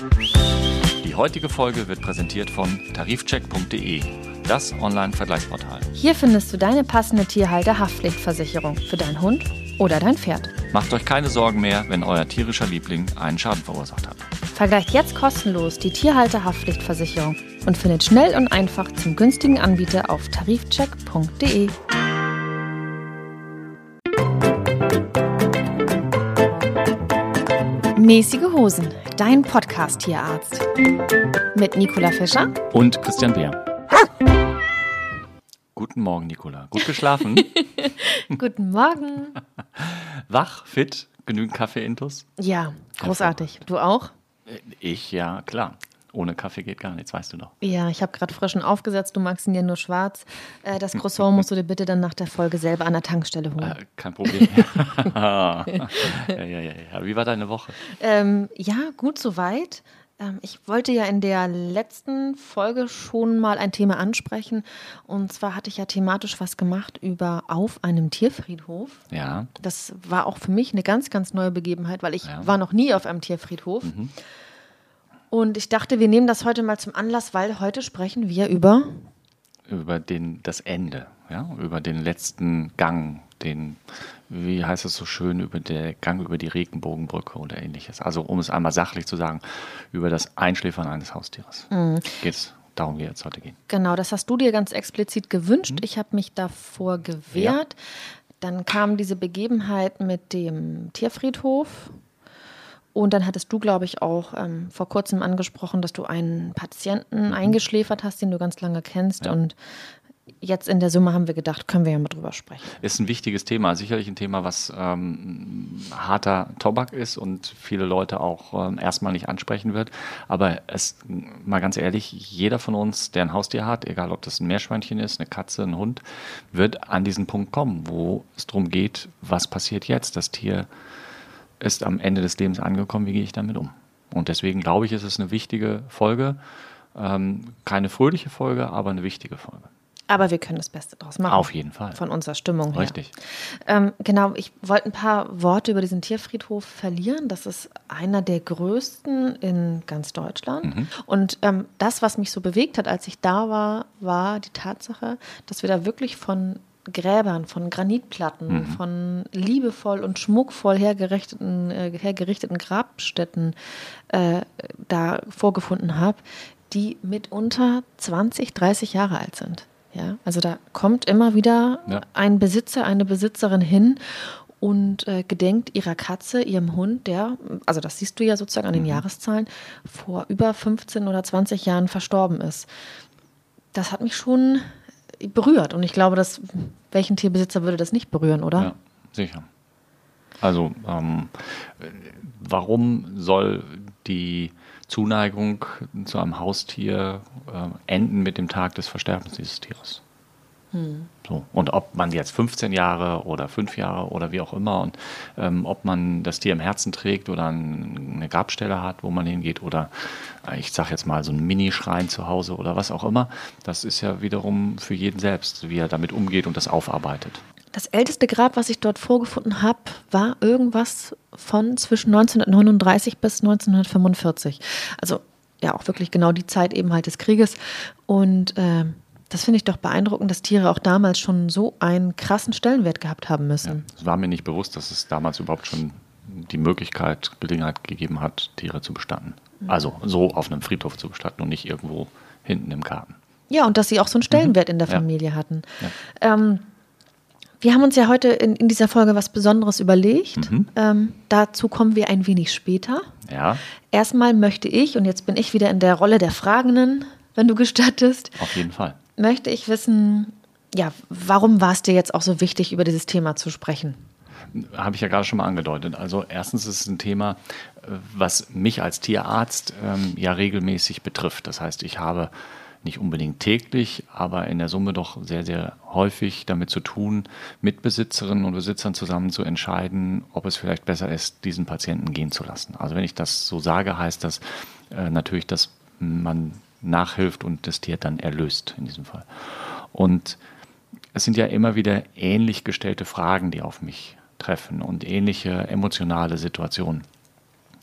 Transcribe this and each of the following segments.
Die heutige Folge wird präsentiert von tarifcheck.de, das Online-Vergleichsportal. Hier findest du deine passende Tierhalter-Haftpflichtversicherung für deinen Hund oder dein Pferd. Macht euch keine Sorgen mehr, wenn euer tierischer Liebling einen Schaden verursacht hat. Vergleicht jetzt kostenlos die Tierhalter-Haftpflichtversicherung und findet schnell und einfach zum günstigen Anbieter auf tarifcheck.de. Mäßige Hosen, dein Podcast-Tierarzt. Mit Nicola Fischer Und Christian Beer. Guten Morgen, Nicola. Gut geschlafen? Guten Morgen. Wach, fit, genügend Kaffee-Intus? Ja, großartig. Du auch? Ich, ja, klar. Ohne Kaffee geht gar nichts, weißt du doch. Ja, ich habe gerade frischen aufgesetzt, du magst ihn ja nur schwarz. Das Croissant musst du dir bitte dann nach der Folge selber an der Tankstelle holen. Kein Problem. Ja. Wie war deine Woche? Ja, gut soweit. Ich wollte ja in der letzten Folge schon mal ein Thema ansprechen. Und zwar hatte ich ja thematisch was gemacht über auf einem Tierfriedhof. Ja. Das war auch für mich eine ganz, ganz neue Begebenheit, weil ich war noch nie auf einem Tierfriedhof. Mhm. Und ich dachte, wir nehmen das heute mal zum Anlass, weil heute sprechen wir über das Ende, ja, über den letzten Gang, wie heißt es so schön, über den Gang über die Regenbogenbrücke oder ähnliches. Also um es einmal sachlich zu sagen, über das Einschläfern eines Haustieres. Darum wird es heute gehen. Genau, das hast du dir ganz explizit gewünscht. Ich habe mich davor gewehrt. Ja. Dann kam diese Begebenheit mit dem Tierfriedhof. Und dann hattest du, glaube ich, auch vor kurzem angesprochen, dass du einen Patienten eingeschläfert hast, den du ganz lange kennst. Ja. Und jetzt in der Summe haben wir gedacht, können wir ja mal drüber sprechen. Ist ein wichtiges Thema, sicherlich ein Thema, was harter Tobak ist und viele Leute auch erstmal nicht ansprechen wird. Aber mal ganz ehrlich, jeder von uns, der ein Haustier hat, egal ob das ein Meerschweinchen ist, eine Katze, ein Hund, wird an diesen Punkt kommen, wo es darum geht, was passiert jetzt? Das Tier ist am Ende des Lebens angekommen, wie gehe ich damit um? Und deswegen glaube ich, ist es eine wichtige Folge. Keine fröhliche Folge, aber eine wichtige Folge. Aber wir können das Beste draus machen. Auf jeden Fall. Von unserer Stimmung her. Richtig. Genau, ich wollte ein paar Worte über diesen Tierfriedhof verlieren. Das ist einer der größten in ganz Deutschland. Und das, was mich so bewegt hat, als ich da war, war die Tatsache, dass wir da wirklich von Gräbern, von Granitplatten, von liebevoll und schmuckvoll hergerichteten Grabstätten da vorgefunden habe, die mitunter 20, 30 Jahre alt sind. Ja? Also da kommt immer wieder ein Besitzer, eine Besitzerin hin und gedenkt ihrer Katze, ihrem Hund, der, also das siehst du ja sozusagen an den Jahreszahlen, vor über 15 oder 20 Jahren verstorben ist. Das hat mich schon berührt. Und ich glaube, welchen Tierbesitzer würde das nicht berühren, oder? Ja, sicher. Also, warum soll die Zuneigung zu einem Haustier enden mit dem Tag des Versterbens dieses Tieres? So. Und ob man jetzt 15 Jahre oder 5 Jahre oder wie auch immer und ob man das Tier im Herzen trägt oder eine Grabstelle hat, wo man hingeht oder ich sage jetzt mal so einen Minischrein zu Hause oder was auch immer, das ist ja wiederum für jeden selbst, wie er damit umgeht und das aufarbeitet. Das älteste Grab, was ich dort vorgefunden habe, war irgendwas von zwischen 1939 bis 1945. Also ja auch wirklich genau die Zeit eben halt des Krieges und das finde ich doch beeindruckend, dass Tiere auch damals schon so einen krassen Stellenwert gehabt haben müssen. Ja, es war mir nicht bewusst, dass es damals überhaupt schon die Gelegenheit gegeben hat, Tiere zu bestatten. Also so auf einem Friedhof zu bestatten und nicht irgendwo hinten im Garten. Ja, und dass sie auch so einen Stellenwert in der Familie hatten. Ja. Wir haben uns ja heute in dieser Folge was Besonderes überlegt. Dazu kommen wir ein wenig später. Ja. Erstmal möchte ich, und jetzt bin ich wieder in der Rolle der Fragenden, wenn du gestattest. Auf jeden Fall. Möchte ich wissen, ja, warum war es dir jetzt auch so wichtig, über dieses Thema zu sprechen? Habe ich ja gerade schon mal angedeutet. Also erstens ist es ein Thema, was mich als Tierarzt ja regelmäßig betrifft. Das heißt, ich habe nicht unbedingt täglich, aber in der Summe doch sehr, sehr häufig damit zu tun, mit Besitzerinnen und Besitzern zusammen zu entscheiden, ob es vielleicht besser ist, diesen Patienten gehen zu lassen. Also wenn ich das so sage, heißt das natürlich, dass man nachhilft und das Tier dann erlöst in diesem Fall. Und es sind ja immer wieder ähnlich gestellte Fragen, die auf mich treffen und ähnliche emotionale Situationen.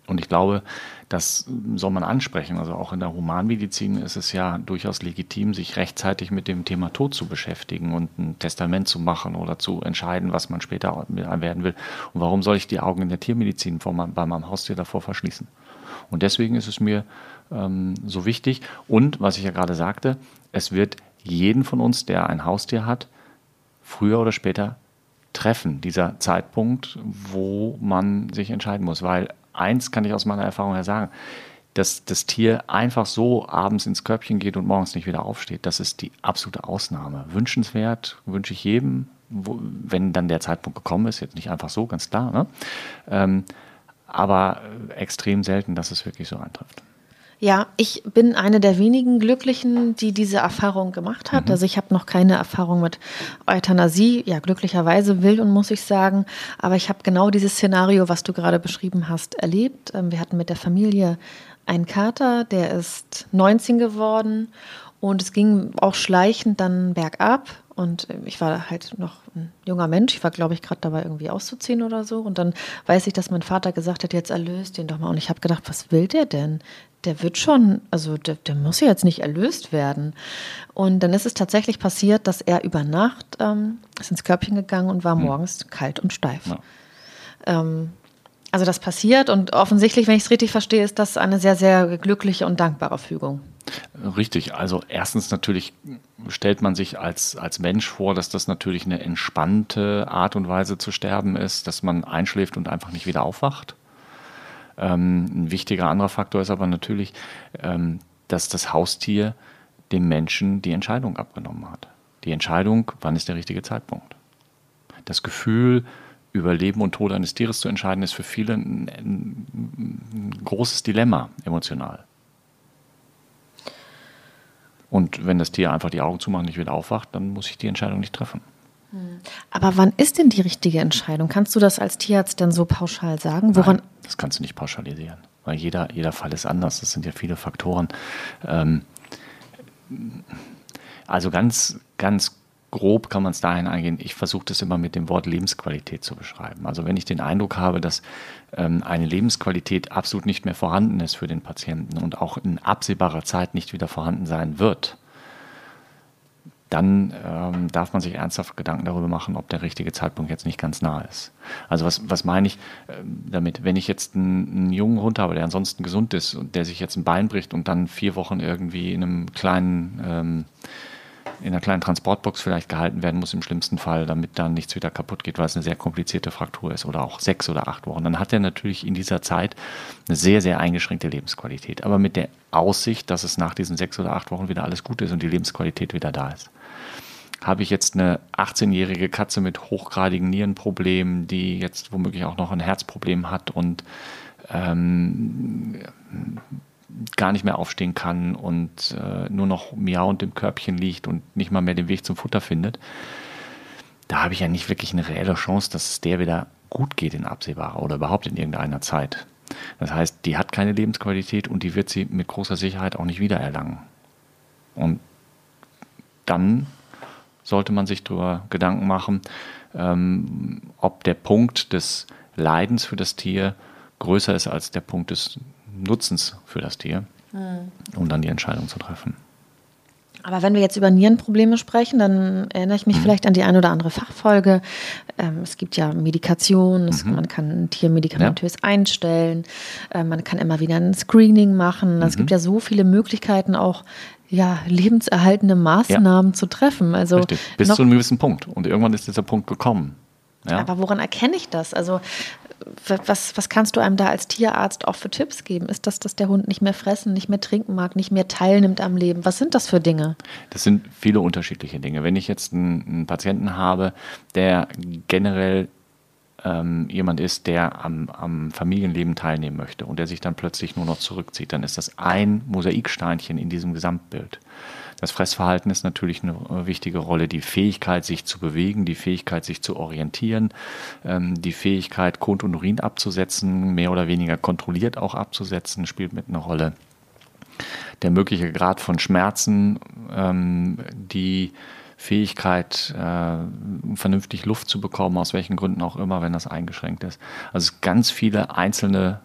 Und ich glaube, das soll man ansprechen. Also auch in der Humanmedizin ist es ja durchaus legitim, sich rechtzeitig mit dem Thema Tod zu beschäftigen und ein Testament zu machen oder zu entscheiden, was man später werden will. Und warum soll ich die Augen in der Tiermedizin bei meinem Haustier davor verschließen? Und deswegen ist es mir so wichtig. Und was ich ja gerade sagte, es wird jeden von uns, der ein Haustier hat, früher oder später treffen, dieser Zeitpunkt, wo man sich entscheiden muss. Weil eins kann ich aus meiner Erfahrung her sagen, dass das Tier einfach so abends ins Körbchen geht und morgens nicht wieder aufsteht, das ist die absolute Ausnahme. Wünschenswert, wünsche ich jedem, wenn dann der Zeitpunkt gekommen ist, jetzt nicht einfach so, ganz klar, ne? Aber extrem selten, dass es wirklich so eintrifft. Ja, ich bin eine der wenigen Glücklichen, die diese Erfahrung gemacht hat. Also ich habe noch keine Erfahrung mit Euthanasie, ja glücklicherweise will und muss ich sagen. Aber ich habe genau dieses Szenario, was du gerade beschrieben hast, erlebt. Wir hatten mit der Familie einen Kater, der ist 19 geworden und es ging auch schleichend dann bergab. Und ich war halt noch ein junger Mensch. Ich war, glaube ich, gerade dabei, irgendwie auszuziehen oder so. Und dann weiß ich, dass mein Vater gesagt hat, jetzt erlöst den doch mal. Und ich habe gedacht, was will der denn? Der wird schon, also der muss ja jetzt nicht erlöst werden. Und dann ist es tatsächlich passiert, dass er über Nacht ist ins Körbchen gegangen und war morgens kalt und steif. Ja. Also das passiert und offensichtlich, wenn ich es richtig verstehe, ist das eine sehr, sehr glückliche und dankbare Fügung. Richtig, also erstens natürlich stellt man sich als Mensch vor, dass das natürlich eine entspannte Art und Weise zu sterben ist, dass man einschläft und einfach nicht wieder aufwacht. Ein wichtiger anderer Faktor ist aber natürlich, dass das Haustier dem Menschen die Entscheidung abgenommen hat. Die Entscheidung, wann ist der richtige Zeitpunkt. Das Gefühl, über Leben und Tod eines Tieres zu entscheiden, ist für viele ein großes Dilemma emotional. Und wenn das Tier einfach die Augen zumacht und nicht wieder aufwacht, dann muss ich die Entscheidung nicht treffen. Aber wann ist denn die richtige Entscheidung? Kannst du das als Tierarzt denn so pauschal sagen? Woran? Nein, das kannst du nicht pauschalisieren, weil jeder Fall ist anders. Das sind ja viele Faktoren. Also ganz, ganz grob kann man es dahin eingehen. Ich versuche das immer mit dem Wort Lebensqualität zu beschreiben. Also wenn ich den Eindruck habe, dass eine Lebensqualität absolut nicht mehr vorhanden ist für den Patienten und auch in absehbarer Zeit nicht wieder vorhanden sein wird, dann darf man sich ernsthaft Gedanken darüber machen, ob der richtige Zeitpunkt jetzt nicht ganz nah ist. Also was meine ich damit? Wenn ich jetzt einen jungen Hund habe, der ansonsten gesund ist und der sich jetzt ein Bein bricht und dann 4 Wochen irgendwie in einer kleinen Transportbox vielleicht gehalten werden muss im schlimmsten Fall, damit dann nichts wieder kaputt geht, weil es eine sehr komplizierte Fraktur ist oder auch 6 oder 8 Wochen, dann hat er natürlich in dieser Zeit eine sehr, sehr eingeschränkte Lebensqualität. Aber mit der Aussicht, dass es nach diesen 6 oder 8 Wochen wieder alles gut ist und die Lebensqualität wieder da ist. Habe ich jetzt eine 18-jährige Katze mit hochgradigen Nierenproblemen, die jetzt womöglich auch noch ein Herzproblem hat und gar nicht mehr aufstehen kann und nur noch miauend im Körbchen liegt und nicht mal mehr den Weg zum Futter findet, da habe ich ja nicht wirklich eine reelle Chance, dass es der wieder gut geht in absehbarer oder überhaupt in irgendeiner Zeit. Das heißt, die hat keine Lebensqualität und die wird sie mit großer Sicherheit auch nicht wiedererlangen. Und dann sollte man sich darüber Gedanken machen, ob der Punkt des Leidens für das Tier größer ist als der Punkt des Nutzens für das Tier, um dann die Entscheidung zu treffen. Aber wenn wir jetzt über Nierenprobleme sprechen, dann erinnere ich mich vielleicht an die eine oder andere Fachfolge. Es gibt ja Medikation, man kann ein Tier medikamentös einstellen, man kann immer wieder ein Screening machen. Es gibt ja so viele Möglichkeiten, auch lebenserhaltende Maßnahmen zu treffen. Also richtig, bis zu einem gewissen Punkt. Und irgendwann ist dieser Punkt gekommen. Ja? Aber woran erkenne ich das? Also was kannst du einem da als Tierarzt auch für Tipps geben? Ist das, dass der Hund nicht mehr fressen, nicht mehr trinken mag, nicht mehr teilnimmt am Leben? Was sind das für Dinge? Das sind viele unterschiedliche Dinge. Wenn ich jetzt einen Patienten habe, der generell jemand ist, der am Familienleben teilnehmen möchte und der sich dann plötzlich nur noch zurückzieht, dann ist das ein Mosaiksteinchen in diesem Gesamtbild. Das Fressverhalten ist natürlich eine wichtige Rolle, die Fähigkeit, sich zu bewegen, die Fähigkeit, sich zu orientieren, die Fähigkeit, Kot und Urin abzusetzen, mehr oder weniger kontrolliert auch abzusetzen, spielt mit einer Rolle. Der mögliche Grad von Schmerzen, die Fähigkeit, vernünftig Luft zu bekommen, aus welchen Gründen auch immer, wenn das eingeschränkt ist. Also ganz viele einzelne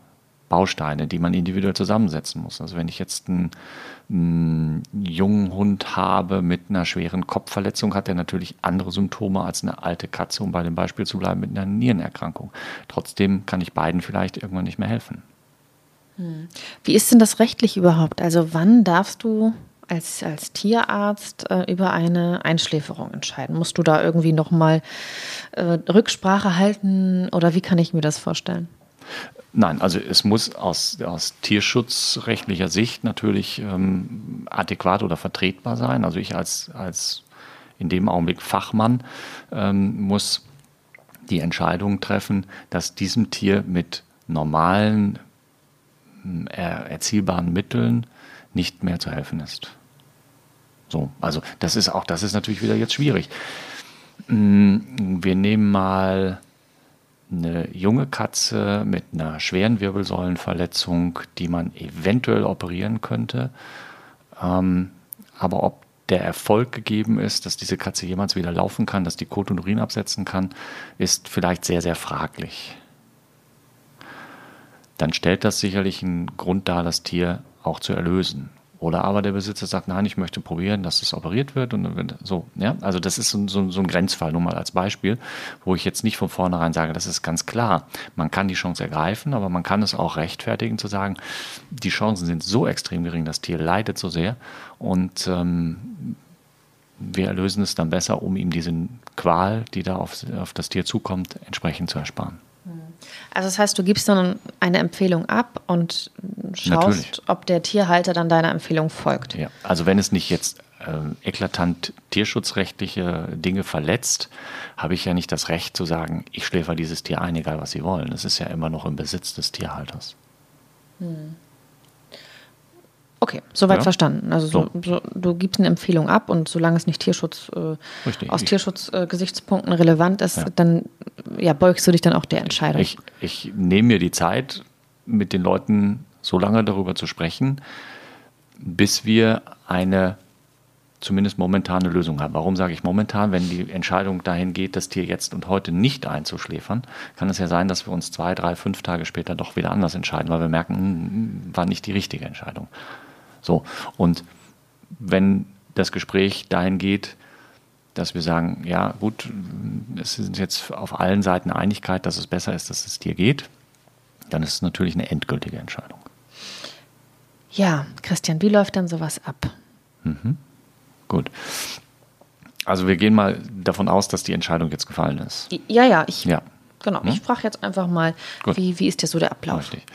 Bausteine, die man individuell zusammensetzen muss. Also wenn ich jetzt einen jungen Hund habe mit einer schweren Kopfverletzung, hat er natürlich andere Symptome als eine alte Katze, um bei dem Beispiel zu bleiben, mit einer Nierenerkrankung. Trotzdem kann ich beiden vielleicht irgendwann nicht mehr helfen. Wie ist denn das rechtlich überhaupt? Also wann darfst du als Tierarzt über eine Einschläferung entscheiden? Musst du da irgendwie nochmal Rücksprache halten oder wie kann ich mir das vorstellen? Nein, also es muss aus tierschutzrechtlicher Sicht natürlich adäquat oder vertretbar sein. Also ich als in dem Augenblick Fachmann muss die Entscheidung treffen, dass diesem Tier mit normalen erzielbaren Mitteln nicht mehr zu helfen ist. So, also das ist natürlich wieder jetzt schwierig. Wir nehmen mal eine junge Katze mit einer schweren Wirbelsäulenverletzung, die man eventuell operieren könnte. Aber ob der Erfolg gegeben ist, dass diese Katze jemals wieder laufen kann, dass die Kot und Urin absetzen kann, ist vielleicht sehr, sehr fraglich. Dann stellt das sicherlich einen Grund dar, das Tier auch zu erlösen. Oder aber der Besitzer sagt, nein, ich möchte probieren, dass es operiert wird. Und dann wird so, ja, also das ist so ein Grenzfall, nur mal als Beispiel, wo ich jetzt nicht von vornherein sage, das ist ganz klar. Man kann die Chance ergreifen, aber man kann es auch rechtfertigen, zu sagen, die Chancen sind so extrem gering, das Tier leidet so sehr und wir erlösen es dann besser, um ihm diese Qual, die da auf das Tier zukommt, entsprechend zu ersparen. Also das heißt, du gibst dann eine Empfehlung ab und schaust, natürlich, ob der Tierhalter dann deiner Empfehlung folgt. Ja, also wenn es nicht jetzt eklatant tierschutzrechtliche Dinge verletzt, habe ich ja nicht das Recht zu sagen, ich schläfer dieses Tier ein, egal was sie wollen. Es ist ja immer noch im Besitz des Tierhalters. Okay, soweit verstanden. Also du gibst eine Empfehlung ab und solange es nicht aus Tierschutzgesichtspunkten relevant ist, dann beugst du dich dann auch der Entscheidung. Ich nehme mir die Zeit, mit den Leuten so lange darüber zu sprechen, bis wir eine zumindest momentane Lösung haben. Warum sage ich momentan? Wenn die Entscheidung dahin geht, das Tier jetzt und heute nicht einzuschläfern, kann es ja sein, dass wir uns 2, 3, 5 Tage später doch wieder anders entscheiden, weil wir merken, war nicht die richtige Entscheidung. So, und wenn das Gespräch dahin geht, dass wir sagen, ja gut, es ist jetzt auf allen Seiten Einigkeit, dass es besser ist, dass es Tier geht, dann ist es natürlich eine endgültige Entscheidung. Ja, Christian, wie läuft denn sowas ab? Gut. Also wir gehen mal davon aus, dass die Entscheidung jetzt gefallen ist. Ja. Genau. Ich frage jetzt einfach mal, wie ist denn so der Ablauf? Richtig.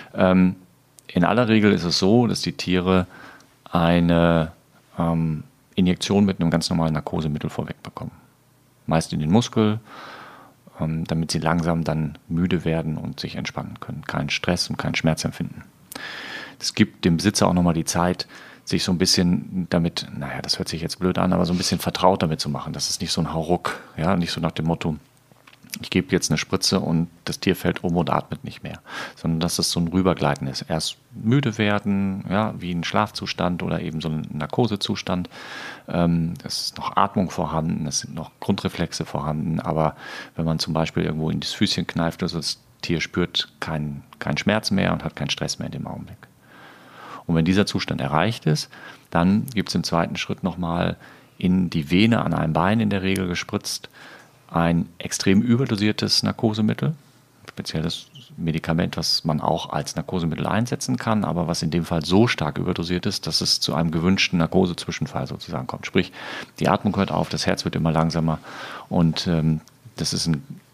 In aller Regel ist es so, dass die Tiere eine Injektion mit einem ganz normalen Narkosemittel vorweg bekommen. Meist in den Muskel, damit sie langsam dann müde werden und sich entspannen können. Keinen Stress und keinen Schmerz empfinden. Es gibt dem Besitzer auch nochmal die Zeit, sich so ein bisschen damit, das hört sich jetzt blöd an, aber so ein bisschen vertraut damit zu machen. Das ist nicht so ein Hauruck, ja, nicht so nach dem Motto, ich gebe jetzt eine Spritze und das Tier fällt um und atmet nicht mehr, sondern dass es so ein Rübergleiten ist. Erst müde werden, ja, wie ein Schlafzustand oder eben so ein Narkosezustand. Es ist noch Atmung vorhanden, es sind noch Grundreflexe vorhanden, aber wenn man zum Beispiel irgendwo in das Füßchen kneift, also das Tier spürt keinen Schmerz mehr und hat keinen Stress mehr in dem Augenblick. Und wenn dieser Zustand erreicht ist, dann gibt es im zweiten Schritt nochmal in die Vene an einem Bein in der Regel gespritzt ein extrem überdosiertes Narkosemittel, spezielles Medikament, was man auch als Narkosemittel einsetzen kann, aber was in dem Fall so stark überdosiert ist, dass es zu einem gewünschten Narkosezwischenfall sozusagen kommt. Sprich, die Atmung hört auf, das Herz wird immer langsamer und das ist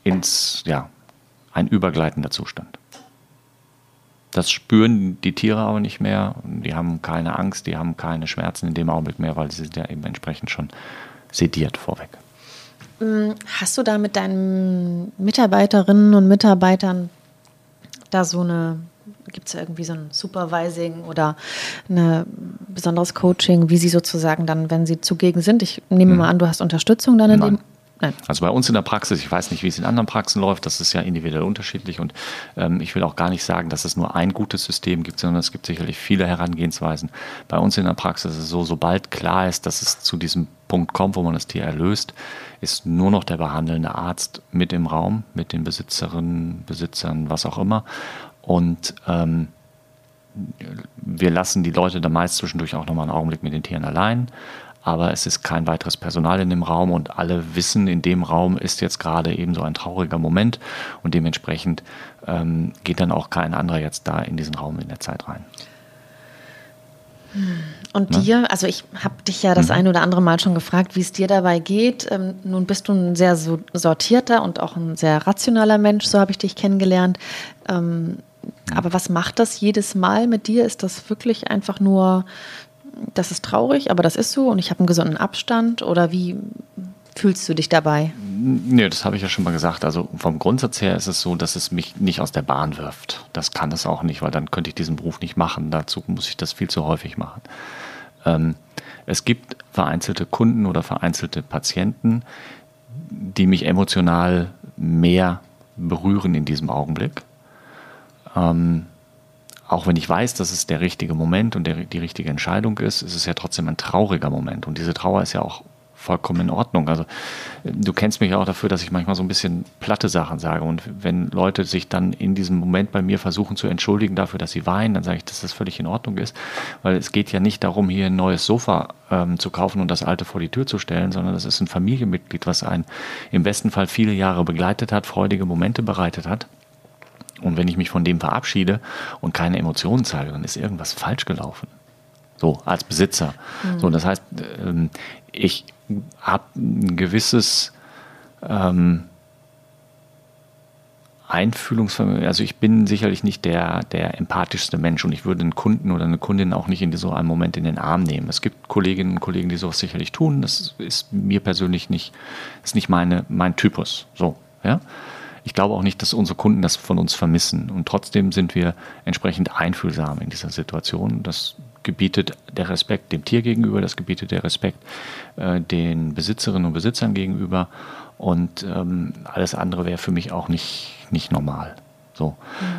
ein übergleitender Zustand. Das spüren die Tiere aber nicht mehr. Die haben keine Angst, die haben keine Schmerzen in dem Augenblick mehr, weil sie sind ja eben entsprechend schon sediert vorweg. Hast du da mit deinen Mitarbeiterinnen und Mitarbeitern da gibt es irgendwie so ein Supervising oder ein besonderes Coaching, wie sie sozusagen dann, wenn sie zugegen sind? Ich nehme mal an, du hast Unterstützung dann in dem. Nein. Also bei uns in der Praxis, ich weiß nicht, wie es in anderen Praxen läuft, das ist ja individuell unterschiedlich und ich will auch gar nicht sagen, dass es nur ein gutes System gibt, sondern es gibt sicherlich viele Herangehensweisen. Bei uns in der Praxis ist es so, sobald klar ist, dass es zu diesem Punkt kommt, wo man das Tier erlöst, ist nur noch der behandelnde Arzt mit im Raum, mit den Besitzerinnen, Besitzern, was auch immer Und wir lassen die Leute dann meist zwischendurch auch nochmal einen Augenblick mit den Tieren allein. Aber es ist kein weiteres Personal in dem Raum und alle wissen, in dem Raum ist jetzt gerade eben so ein trauriger Moment und dementsprechend geht dann auch kein anderer jetzt da in diesen Raum in der Zeit rein. Und dir, also ich habe dich ja das ein oder andere Mal schon gefragt, wie es dir dabei geht. Nun bist du ein sehr sortierter und auch ein sehr rationaler Mensch, so habe ich dich kennengelernt. Aber was macht das jedes Mal mit dir? Ist das wirklich einfach nur, das ist traurig, aber das ist so und ich habe einen gesunden Abstand? Oder wie fühlst du dich dabei? Nee, das habe ich ja schon mal gesagt. Also vom Grundsatz her ist es so, dass es mich nicht aus der Bahn wirft. Das kann es auch nicht, weil dann könnte ich diesen Beruf nicht machen. Dazu muss ich das viel zu häufig machen. Es gibt vereinzelte Kunden oder vereinzelte Patienten, die mich emotional mehr berühren in diesem Augenblick. Auch wenn ich weiß, dass es der richtige Moment und die richtige Entscheidung ist, ist es ja trotzdem ein trauriger Moment. Und diese Trauer ist ja auch vollkommen in Ordnung. Also du kennst mich ja auch dafür, dass ich manchmal so ein bisschen platte Sachen sage. Und wenn Leute sich dann in diesem Moment bei mir versuchen zu entschuldigen dafür, dass sie weinen, dann sage ich, dass das völlig in Ordnung ist. Weil es geht ja nicht darum, hier ein neues Sofa zu kaufen und das alte vor die Tür zu stellen, sondern das ist ein Familienmitglied, was einen im besten Fall viele Jahre begleitet hat, freudige Momente bereitet hat. Und wenn ich mich von dem verabschiede und keine Emotionen zeige, dann ist irgendwas falsch gelaufen. So, als Besitzer. So, das heißt, ich habe ein gewisses Einfühlungsvermögen. Also ich bin sicherlich nicht der empathischste Mensch und ich würde einen Kunden oder eine Kundin auch nicht in so einem Moment in den Arm nehmen. Es gibt Kolleginnen und Kollegen, die sowas sicherlich tun. Das ist mir persönlich nicht mein Typus. So, ja. Ich glaube auch nicht, dass unsere Kunden das von uns vermissen. Und trotzdem sind wir entsprechend einfühlsam in dieser Situation. Das gebietet der Respekt dem Tier gegenüber, das gebietet der Respekt den Besitzerinnen und Besitzern gegenüber. Und alles andere wäre für mich auch nicht normal. So.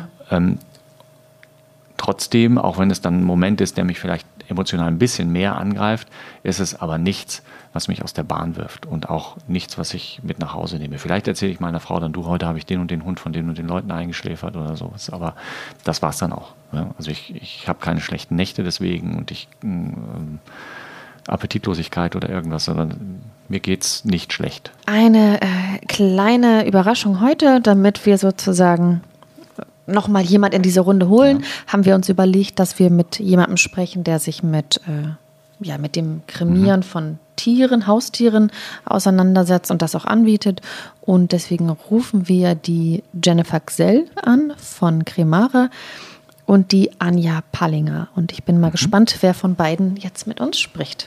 Trotzdem, auch wenn es dann ein Moment ist, der mich vielleicht emotional ein bisschen mehr angreift, ist es aber nichts, was mich aus der Bahn wirft und auch nichts, was ich mit nach Hause nehme. Vielleicht erzähle ich meiner Frau dann, du, heute habe ich den und den Hund von den und den Leuten eingeschläfert oder sowas, aber das war es dann auch. Ja? Also ich habe keine schlechten Nächte deswegen und Appetitlosigkeit oder irgendwas, sondern mir geht's nicht schlecht. Eine kleine Überraschung heute, damit wir sozusagen nochmal jemand in diese Runde holen, haben wir uns überlegt, dass wir mit jemandem sprechen, der sich mit dem Kremieren von Tieren, Haustieren auseinandersetzt und das auch anbietet. Und deswegen rufen wir die Jennifer Gsell an von Cremare und die Anja Pallinger. Und ich bin mal gespannt, wer von beiden jetzt mit uns spricht.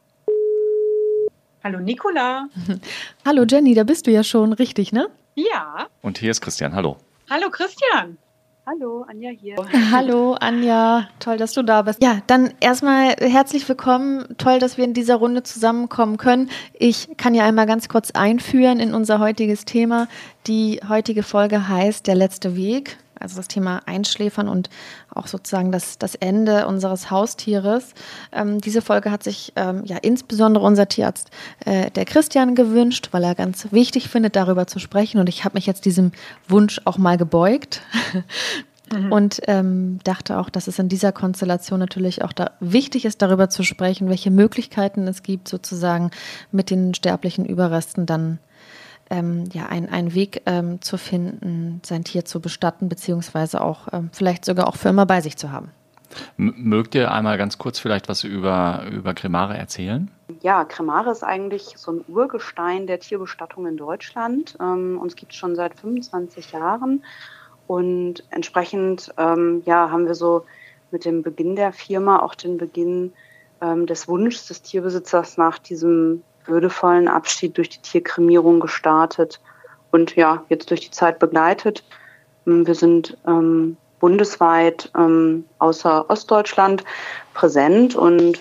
Hallo Nicola. Hallo Jenny, da bist du ja schon richtig, ne? Ja. Und hier ist Christian, hallo. Hallo Christian. Hallo, Anja hier. Hallo Anja, toll, dass du da bist. Ja, dann erstmal herzlich willkommen. Toll, dass wir in dieser Runde zusammenkommen können. Ich kann ja einmal ganz kurz einführen in unser heutiges Thema. Die heutige Folge heißt Der letzte Weg, also das Thema Einschläfern und auch sozusagen das Ende unseres Haustieres. Diese Folge hat sich insbesondere unser Tierarzt, der Christian, gewünscht, weil er ganz wichtig findet, darüber zu sprechen. Und ich habe mich jetzt diesem Wunsch auch mal gebeugt und dachte auch, dass es in dieser Konstellation natürlich auch wichtig ist, darüber zu sprechen, welche Möglichkeiten es gibt, sozusagen mit den sterblichen Überresten dann einen Weg zu finden, sein Tier zu bestatten, beziehungsweise auch vielleicht sogar auch für immer bei sich zu haben. Mögt ihr einmal ganz kurz vielleicht was über Cremare erzählen? Ja, Cremare ist eigentlich so ein Urgestein der Tierbestattung in Deutschland. Uns gibt es schon seit 25 Jahren und entsprechend haben wir so mit dem Beginn der Firma auch den Beginn des Wunsches des Tierbesitzers nach diesem würdevollen Abschied durch die Tierkremierung gestartet und ja, jetzt durch die Zeit begleitet. Wir sind bundesweit außer Ostdeutschland präsent und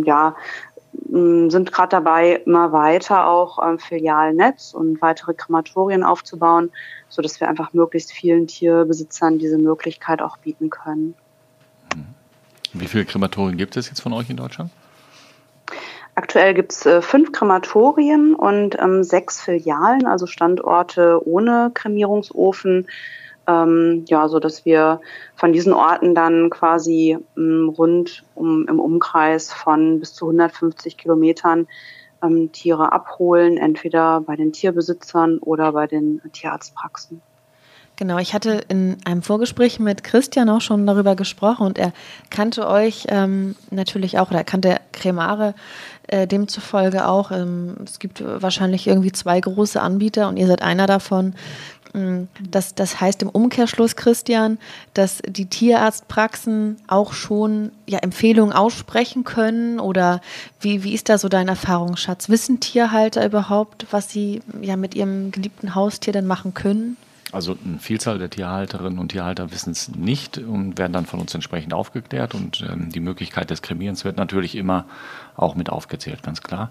sind gerade dabei, immer weiter auch Filialnetz und weitere Krematorien aufzubauen, sodass wir einfach möglichst vielen Tierbesitzern diese Möglichkeit auch bieten können. Wie viele Krematorien gibt es jetzt von euch in Deutschland? Aktuell gibt es 5 Krematorien und 6 Filialen, also Standorte ohne Kremierungsofen, ja, so dass wir von diesen Orten dann quasi rund im Umkreis von bis zu 150 Kilometern Tiere abholen, entweder bei den Tierbesitzern oder bei den Tierarztpraxen. Genau, ich hatte in einem Vorgespräch mit Christian auch schon darüber gesprochen und er kannte euch natürlich auch, oder er kannte Cremare demzufolge auch. Es gibt wahrscheinlich irgendwie 2 große Anbieter und ihr seid einer davon. Das heißt im Umkehrschluss, Christian, dass die Tierarztpraxen auch schon Empfehlungen aussprechen können, oder wie ist da so dein Erfahrungsschatz? Wissen Tierhalter überhaupt, was sie mit ihrem geliebten Haustier denn machen können? Also eine Vielzahl der Tierhalterinnen und Tierhalter wissen es nicht und werden dann von uns entsprechend aufgeklärt. Und die Möglichkeit des Kremierens wird natürlich immer auch mit aufgezählt, ganz klar.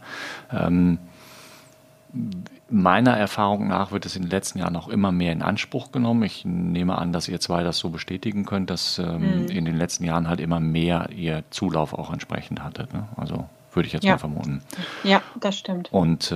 Meiner Erfahrung nach wird es in den letzten Jahren auch immer mehr in Anspruch genommen. Ich nehme an, dass ihr 2 das so bestätigen könnt, dass in den letzten Jahren halt immer mehr ihr Zulauf auch entsprechend hattet. Ne? Also würde ich jetzt mal vermuten. Ja, das stimmt. Und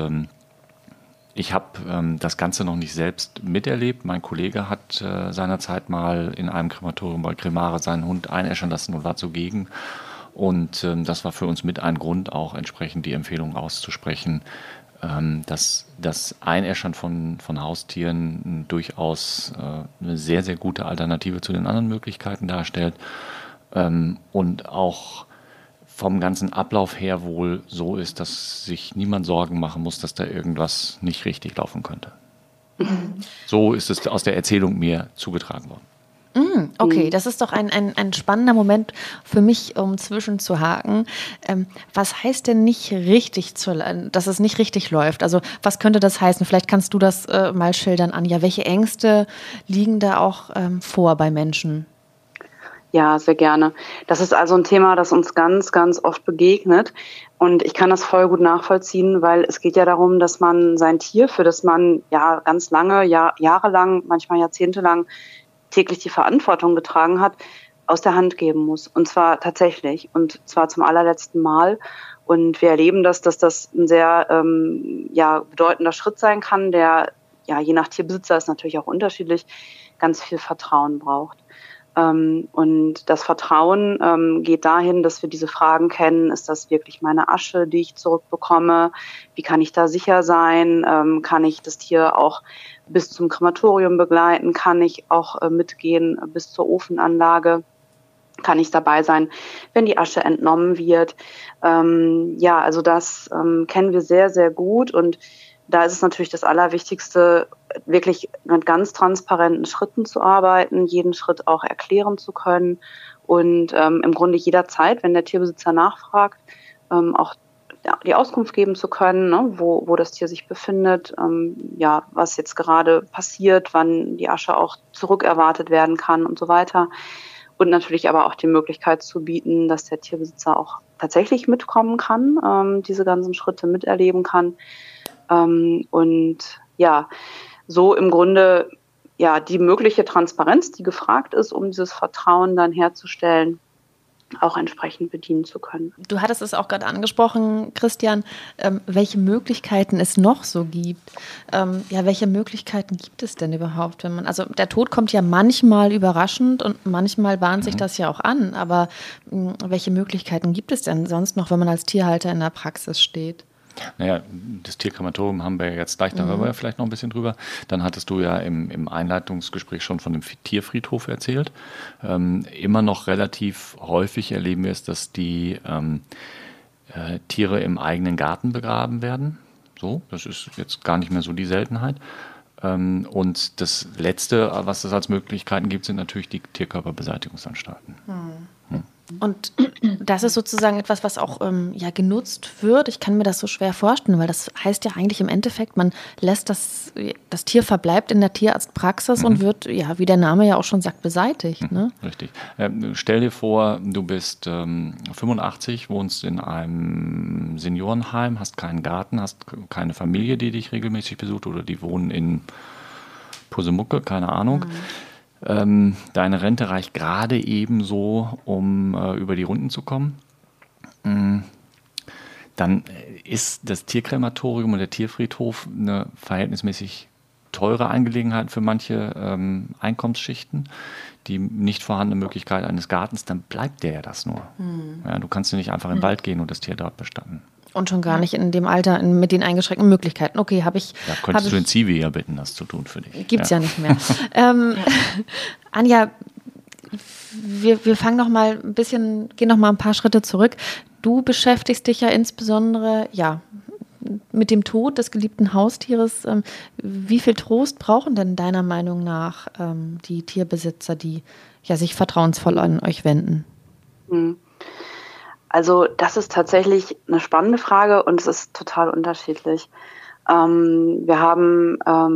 ich habe das Ganze noch nicht selbst miterlebt. Mein Kollege hat seinerzeit mal in einem Krematorium bei Cremare seinen Hund einäschern lassen und war zugegen. Und das war für uns mit ein Grund, auch entsprechend die Empfehlung auszusprechen, dass das Einäschern von Haustieren durchaus eine sehr, sehr gute Alternative zu den anderen Möglichkeiten darstellt und auch vom ganzen Ablauf her wohl so ist, dass sich niemand Sorgen machen muss, dass da irgendwas nicht richtig laufen könnte. So ist es aus der Erzählung mir zugetragen worden. Okay, das ist doch ein spannender Moment für mich, um zwischenzuhaken. Was heißt denn nicht richtig, dass es nicht richtig läuft? Also was könnte das heißen? Vielleicht kannst du das mal schildern, Anja. Welche Ängste liegen da auch vor bei Menschen? Ja, sehr gerne. Das ist also ein Thema, das uns ganz, ganz oft begegnet. Und ich kann das voll gut nachvollziehen, weil es geht ja darum, dass man sein Tier, für das man ja ganz lange, jahrelang, manchmal jahrzehntelang täglich die Verantwortung getragen hat, aus der Hand geben muss. Und zwar tatsächlich. Und zwar zum allerletzten Mal. Und wir erleben dass das ein sehr bedeutender Schritt sein kann, der je nach Tierbesitzer ist natürlich auch unterschiedlich, ganz viel Vertrauen braucht. Und das Vertrauen geht dahin, dass wir diese Fragen kennen. Ist das wirklich meine Asche, die ich zurückbekomme? Wie kann ich da sicher sein? Kann ich das Tier auch bis zum Krematorium begleiten? Kann ich auch mitgehen bis zur Ofenanlage? Kann ich dabei sein, wenn die Asche entnommen wird? Also das kennen wir sehr, sehr gut. Und da ist es natürlich das Allerwichtigste, wirklich mit ganz transparenten Schritten zu arbeiten, jeden Schritt auch erklären zu können und im Grunde jederzeit, wenn der Tierbesitzer nachfragt, auch die Auskunft geben zu können, ne, wo das Tier sich befindet, was jetzt gerade passiert, wann die Asche auch zurückerwartet werden kann und so weiter. Und natürlich aber auch die Möglichkeit zu bieten, dass der Tierbesitzer auch tatsächlich mitkommen kann, diese ganzen Schritte miterleben kann. So im Grunde die mögliche Transparenz, die gefragt ist, um dieses Vertrauen dann herzustellen, auch entsprechend bedienen zu können. Du hattest es auch gerade angesprochen, Christian, welche Möglichkeiten es noch so gibt. Welche Möglichkeiten gibt es denn überhaupt? Also der Tod kommt ja manchmal überraschend und manchmal bahnt sich das ja auch an, aber welche Möglichkeiten gibt es denn sonst noch, wenn man als Tierhalter in der Praxis steht? Naja, das Tierkrematorium haben wir jetzt gleich, da hören wir vielleicht noch ein bisschen drüber. Dann hattest du ja im Einleitungsgespräch schon von dem Tierfriedhof erzählt. Immer noch relativ häufig erleben wir es, dass die Tiere im eigenen Garten begraben werden. So, das ist jetzt gar nicht mehr so die Seltenheit. Und das Letzte, was es als Möglichkeiten gibt, sind natürlich die Tierkörperbeseitigungsanstalten. Und das ist sozusagen etwas, was auch genutzt wird. Ich kann mir das so schwer vorstellen, weil das heißt ja eigentlich im Endeffekt, man lässt das Tier verbleibt in der Tierarztpraxis und wird, wie der Name ja auch schon sagt, beseitigt. Ne? Richtig. Stell dir vor, du bist 85, wohnst in einem Seniorenheim, hast keinen Garten, hast keine Familie, die dich regelmäßig besucht oder die wohnen in Pusemucke, keine Ahnung. Deine Rente reicht gerade eben so, um über die Runden zu kommen. Dann ist das Tierkrematorium und der Tierfriedhof eine verhältnismäßig teure Angelegenheiten für manche Einkommensschichten, die nicht vorhandene Möglichkeit eines Gartens, dann bleibt der ja das nur. Ja, du kannst ja nicht einfach in den Wald gehen und das Tier dort bestatten. Und schon gar nicht in dem Alter mit den eingeschränkten Möglichkeiten. Okay, habe ich. Da könntest du den Zivi ja bitten, das zu tun für dich. Gibt's ja nicht mehr. Anja, wir fangen noch mal ein bisschen, gehen noch mal ein paar Schritte zurück. Du beschäftigst dich ja insbesondere, mit dem Tod des geliebten Haustieres. Wie viel Trost brauchen denn deiner Meinung nach die Tierbesitzer, die sich vertrauensvoll an euch wenden? Also das ist tatsächlich eine spannende Frage und es ist total unterschiedlich. Wir haben,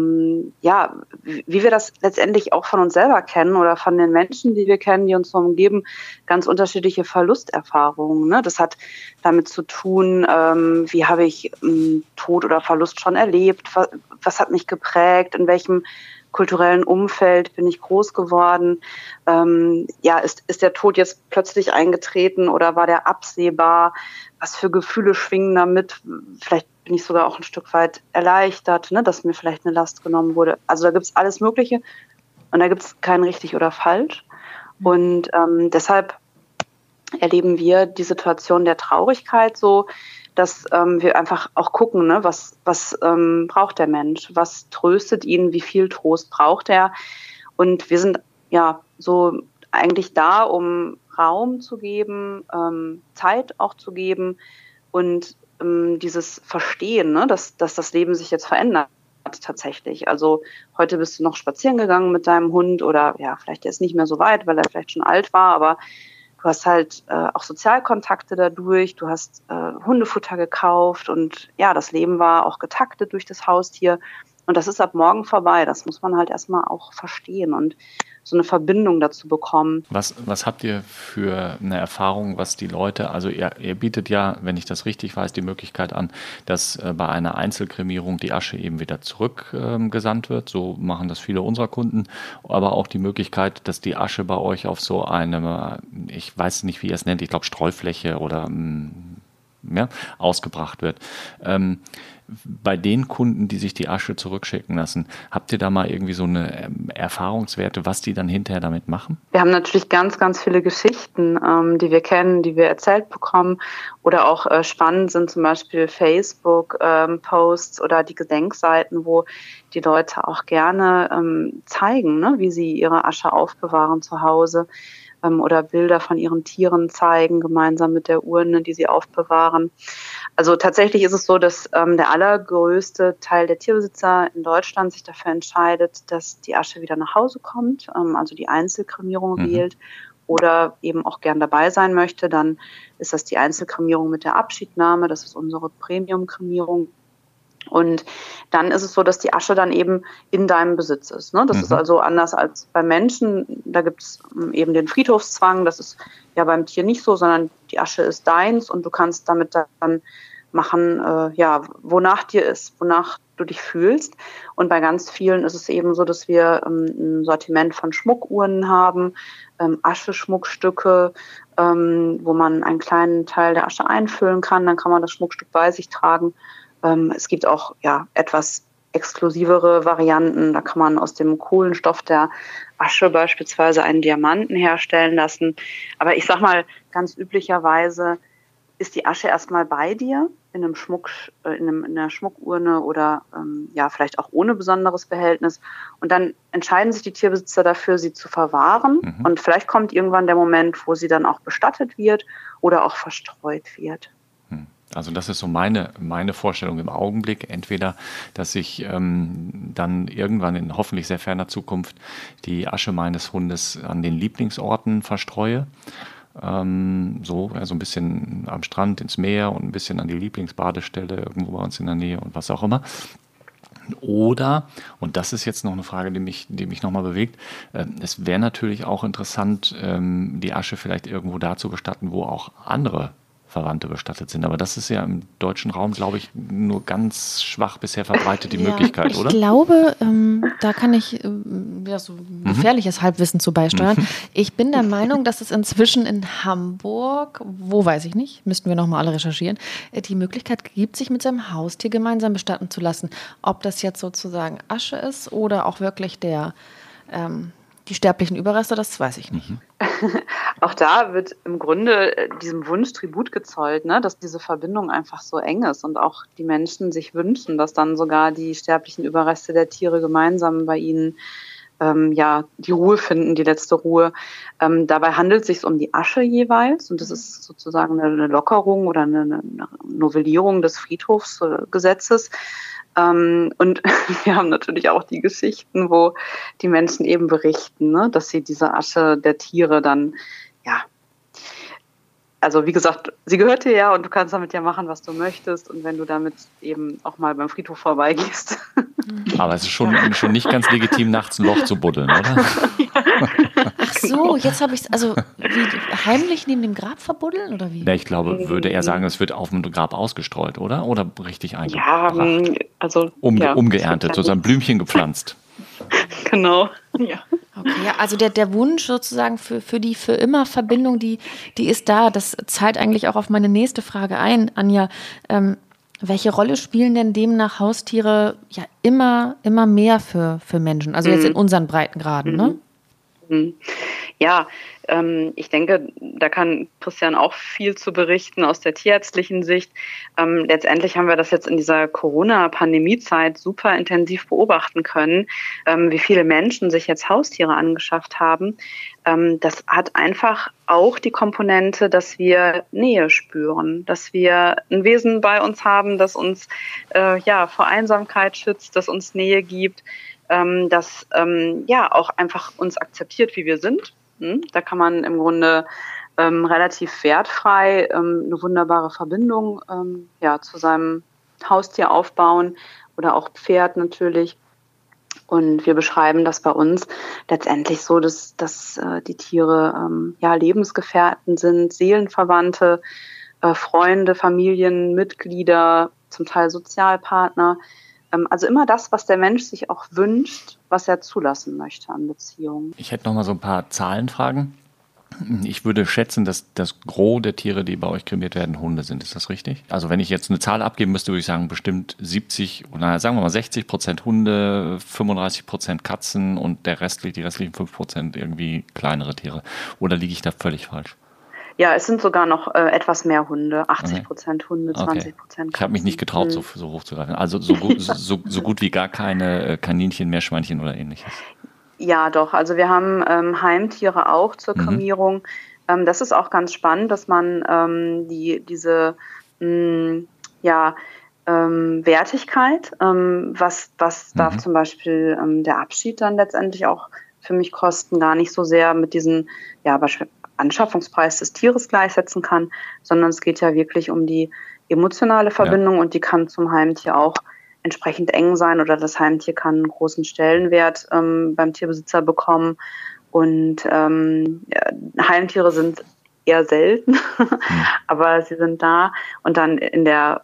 wie wir das letztendlich auch von uns selber kennen oder von den Menschen, die wir kennen, die uns so umgeben, ganz unterschiedliche Verlusterfahrungen. Ne? Das hat damit zu tun, wie habe ich Tod oder Verlust schon erlebt, was hat mich geprägt, in welchem kulturellen Umfeld bin ich groß geworden. Ist der Tod jetzt plötzlich eingetreten oder war der absehbar? Was für Gefühle schwingen damit? Vielleicht bin ich sogar auch ein Stück weit erleichtert, ne, dass mir vielleicht eine Last genommen wurde. Also da gibt es alles Mögliche und da gibt es kein richtig oder falsch. Und deshalb erleben wir die Situation der Traurigkeit so, dass wir einfach auch gucken, ne, was braucht der Mensch, was tröstet ihn, wie viel Trost braucht er. Und wir sind so eigentlich da, um Raum zu geben, Zeit auch zu geben und dieses Verstehen, ne, dass das Leben sich jetzt verändert tatsächlich. Also heute bist du noch spazieren gegangen mit deinem Hund oder vielleicht der ist nicht mehr so weit, weil er vielleicht schon alt war, aber du hast halt auch Sozialkontakte dadurch, du hast Hundefutter gekauft und das Leben war auch getaktet durch das Haustier und das ist ab morgen vorbei. Das muss man halt erstmal auch verstehen und so eine Verbindung dazu bekommen. Was habt ihr für eine Erfahrung, was die Leute, also ihr bietet ja, wenn ich das richtig weiß, die Möglichkeit an, dass bei einer Einzelkremierung die Asche eben wieder zurückgesandt wird. So machen das viele unserer Kunden. Aber auch die Möglichkeit, dass die Asche bei euch auf so eine, ich weiß nicht, wie ihr es nennt, ich glaube Streufläche oder ausgebracht wird. Bei den Kunden, die sich die Asche zurückschicken lassen, habt ihr da mal irgendwie so eine Erfahrungswerte, was die dann hinterher damit machen? Wir haben natürlich ganz, ganz viele Geschichten, die wir kennen, die wir erzählt bekommen oder auch spannend sind zum Beispiel Facebook-Posts oder die Gedenkseiten, wo die Leute auch gerne zeigen, ne, wie sie ihre Asche aufbewahren zu Hause oder Bilder von ihren Tieren zeigen, gemeinsam mit der Urne, die sie aufbewahren. Also tatsächlich ist es so, dass der allergrößte Teil der Tierbesitzer in Deutschland sich dafür entscheidet, dass die Asche wieder nach Hause kommt, also die Einzelkremierung wählt oder eben auch gern dabei sein möchte. Dann ist das die Einzelkremierung mit der Abschiednahme, das ist unsere Premium-Kremierung. Und dann ist es so, dass die Asche dann eben in deinem Besitz ist. Ne? Das ist also anders als bei Menschen. Da gibt es eben den Friedhofszwang. Das ist ja beim Tier nicht so, sondern die Asche ist deins und du kannst damit dann machen, wonach dir ist, wonach du dich fühlst. Und bei ganz vielen ist es eben so, dass wir ein Sortiment von Schmuckurnen haben, Ascheschmuckstücke, wo man einen kleinen Teil der Asche einfüllen kann. Dann kann man das Schmuckstück bei sich tragen. Es gibt auch etwas exklusivere Varianten. Da kann man aus dem Kohlenstoff der Asche beispielsweise einen Diamanten herstellen lassen. Aber ich sag mal, ganz üblicherweise ist die Asche erstmal bei dir in einem in einer Schmuckurne oder vielleicht auch ohne besonderes Behältnis. Und dann entscheiden sich die Tierbesitzer dafür, sie zu verwahren. Und vielleicht kommt irgendwann der Moment, wo sie dann auch bestattet wird oder auch verstreut wird. Also das ist so meine Vorstellung im Augenblick. Entweder, dass ich dann irgendwann in hoffentlich sehr ferner Zukunft die Asche meines Hundes an den Lieblingsorten verstreue. So ein bisschen am Strand ins Meer und ein bisschen an die Lieblingsbadestelle irgendwo bei uns in der Nähe und was auch immer. Oder, und das ist jetzt noch eine Frage, die mich nochmal bewegt, es wäre natürlich auch interessant, die Asche vielleicht irgendwo da zu bestatten, wo auch andere Verwandte bestattet sind. Aber das ist ja im deutschen Raum, glaube ich, nur ganz schwach bisher verbreitet, die Möglichkeit, oder? Ich glaube, da kann ich so gefährliches Halbwissen zu beisteuern. Ich bin der Meinung, dass es inzwischen in Hamburg, wo weiß ich nicht, müssten wir nochmal alle recherchieren, die Möglichkeit gibt, sich mit seinem Haustier gemeinsam bestatten zu lassen. Ob das jetzt sozusagen Asche ist oder auch wirklich die sterblichen Überreste, das weiß ich nicht. Auch da wird im Grunde diesem Wunsch Tribut gezollt, ne, dass diese Verbindung einfach so eng ist und auch die Menschen sich wünschen, dass dann sogar die sterblichen Überreste der Tiere gemeinsam bei ihnen die Ruhe finden, die letzte Ruhe. Dabei handelt es sich um die Asche jeweils und das ist sozusagen eine Lockerung oder eine Novellierung des Friedhofsgesetzes. Und wir haben natürlich auch die Geschichten, wo die Menschen eben berichten, ne, dass sie diese Asche der Tiere dann, also wie gesagt, sie gehört dir ja und du kannst damit ja machen, was du möchtest und wenn du damit eben auch mal beim Friedhof vorbeigehst. Aber es ist schon nicht ganz legitim, nachts ein Loch zu buddeln, oder? Ach so, jetzt habe ich es, also wie, heimlich neben dem Grab verbuddeln oder wie? Ja, ich glaube, würde er sagen, es wird auf dem Grab ausgestreut, oder? Oder richtig eingebracht? Ja, also umgeerntet, sozusagen Blümchen gepflanzt. Genau, ja. Okay, ja, also der Wunsch sozusagen für die für immer Verbindung, die ist da. Das zahlt eigentlich auch auf meine nächste Frage ein, Anja. Welche Rolle spielen denn demnach Haustiere ja immer mehr für Menschen? Also jetzt in unseren Breitengraden, ne? Ja, ich denke, da kann Christian auch viel zu berichten aus der tierärztlichen Sicht. Letztendlich haben wir das jetzt in dieser Corona-Pandemie-Zeit super intensiv beobachten können, wie viele Menschen sich jetzt Haustiere angeschafft haben. Das hat einfach auch die Komponente, dass wir Nähe spüren, dass wir ein Wesen bei uns haben, das uns vor Einsamkeit schützt, das uns Nähe gibt, das auch einfach uns akzeptiert, wie wir sind. Da kann man im Grunde relativ wertfrei eine wunderbare Verbindung zu seinem Haustier aufbauen oder auch Pferd natürlich. Und wir beschreiben das bei uns letztendlich so, dass die Tiere Lebensgefährten sind, Seelenverwandte, Freunde, Familienmitglieder, zum Teil Sozialpartner. Also immer das, was der Mensch sich auch wünscht, was er zulassen möchte an Beziehungen. Ich hätte noch mal so ein paar Zahlenfragen. Ich würde schätzen, dass das Gros der Tiere, die bei euch kremiert werden, Hunde sind. Ist das richtig? Also wenn ich jetzt eine Zahl abgeben müsste, würde ich sagen, bestimmt 70 oder sagen wir mal 60% Hunde, 35% Katzen und die restlichen 5% irgendwie kleinere Tiere. Oder liege ich da völlig falsch? Ja, es sind sogar noch etwas mehr Hunde, 80% Hunde, 20% Katzen. Ich habe mich nicht getraut, so hoch zu greifen. Also so gut wie gar keine Kaninchen, Meerschweinchen oder ähnliches. Ja, doch. Also wir haben Heimtiere auch zur Kremierung. Das ist auch ganz spannend, dass man diese Wertigkeit, was darf zum Beispiel der Abschied dann letztendlich auch für mich kosten, gar nicht so sehr mit diesen Anschaffungspreis des Tieres gleichsetzen kann, sondern es geht ja wirklich um die emotionale Verbindung und die kann zum Heimtier auch entsprechend eng sein oder das Heimtier kann einen großen Stellenwert beim Tierbesitzer bekommen und Heimtiere sind eher selten, aber sie sind da und dann in der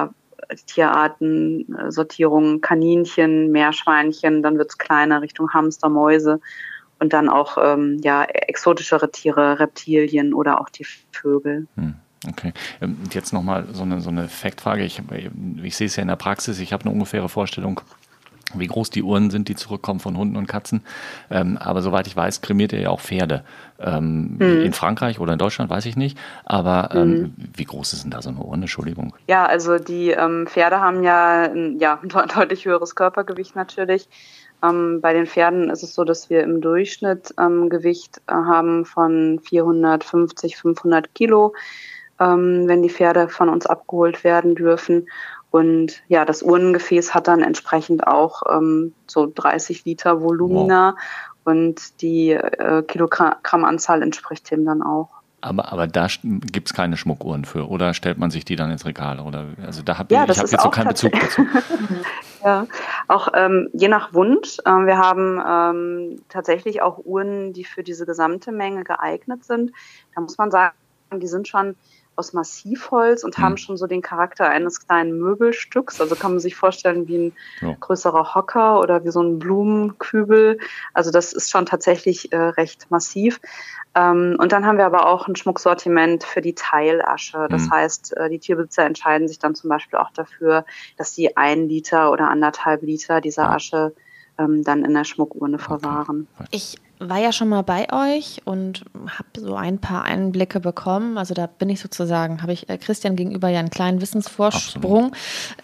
Tierartensortierung Kaninchen, Meerschweinchen, dann wird es kleiner Richtung Hamster, Mäuse. Und dann auch exotischere Tiere, Reptilien oder auch die Vögel. Okay. Jetzt nochmal so eine Faktfrage. Ich sehe es ja in der Praxis, ich habe eine ungefähre Vorstellung, wie groß die Uhren sind, die zurückkommen von Hunden und Katzen. Aber soweit ich weiß, kremiert ihr ja auch Pferde. In Frankreich oder in Deutschland, weiß ich nicht. Aber wie groß ist denn da so eine Urne? Entschuldigung. Ja, also die Pferde haben ja ein deutlich höheres Körpergewicht natürlich. Bei den Pferden ist es so, dass wir im Durchschnitt Gewicht haben von 450, 500 Kilo, wenn die Pferde von uns abgeholt werden dürfen. Und ja, das Urnengefäß hat dann entsprechend auch so 30 Liter Volumina und die Kilogrammanzahl entspricht dem dann auch. Aber da gibt es keine Schmuckuhren für, oder stellt man sich die dann ins Regal? Oder, also ich habe jetzt so keinen Bezug dazu. Ja, auch je nach Wunsch. Wir haben tatsächlich auch Uhren, die für diese gesamte Menge geeignet sind. Da muss man sagen, die sind schon aus Massivholz und haben schon so den Charakter eines kleinen Möbelstücks. Also kann man sich vorstellen wie ein größerer Hocker oder wie so ein Blumenkübel. Also das ist schon tatsächlich recht massiv. Und dann haben wir aber auch ein Schmucksortiment für die Teilasche. Das heißt, die Tierbesitzer entscheiden sich dann zum Beispiel auch dafür, dass sie 1 Liter oder 1,5 Liter dieser Asche dann in der Schmuckurne verwahren. Ich war ja schon mal bei euch und habe so ein paar Einblicke bekommen. Also da bin ich sozusagen, habe ich Christian gegenüber ja einen kleinen Wissensvorsprung.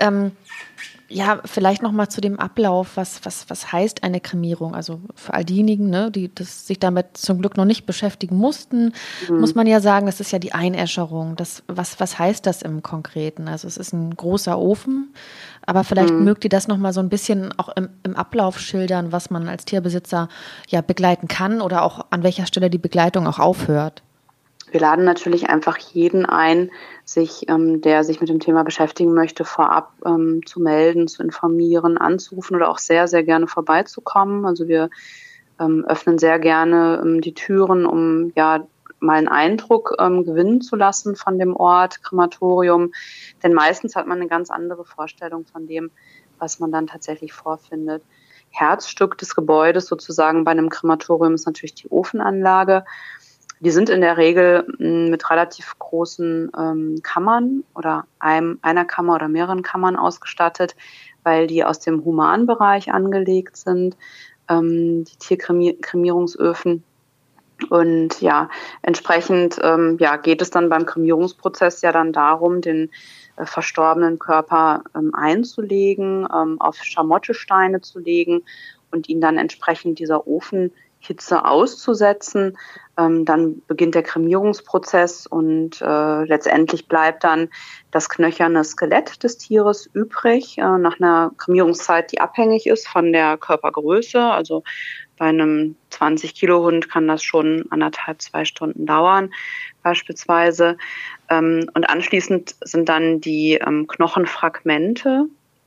Ja, vielleicht noch mal zu dem Ablauf, was heißt eine Kremierung? Also für all diejenigen, ne, die sich damit zum Glück noch nicht beschäftigen mussten, muss man ja sagen, das ist ja die Einäscherung. Was heißt das im Konkreten? Also es ist ein großer Ofen, aber vielleicht mögt ihr das noch mal so ein bisschen auch im Ablauf schildern, was man als Tierbesitzer ja begleiten kann oder auch an welcher Stelle die Begleitung auch aufhört. Wir laden natürlich einfach jeden ein, der sich mit dem Thema beschäftigen möchte, vorab zu melden, zu informieren, anzurufen oder auch sehr, sehr gerne vorbeizukommen. Also wir öffnen sehr gerne die Türen, um ja mal einen Eindruck gewinnen zu lassen von dem Ort, Krematorium. Denn meistens hat man eine ganz andere Vorstellung von dem, was man dann tatsächlich vorfindet. Herzstück des Gebäudes sozusagen bei einem Krematorium ist natürlich die Ofenanlage. Die sind in der Regel mit relativ großen Kammern oder einer Kammer oder mehreren Kammern ausgestattet, weil die aus dem Humanbereich angelegt sind, die Tierkremierungsöfen. Und ja, entsprechend geht es dann beim Kremierungsprozess ja dann darum, den verstorbenen Körper einzulegen, auf Schamottesteine zu legen und ihn dann entsprechend dieser Ofenhitze auszusetzen. Dann beginnt der Kremierungsprozess und letztendlich bleibt dann das knöcherne Skelett des Tieres übrig, nach einer Kremierungszeit, die abhängig ist von der Körpergröße. Also bei einem 20-Kilo-Hund kann das schon 1,5-2 Stunden dauern beispielsweise. Und anschließend sind dann die Knochenfragmente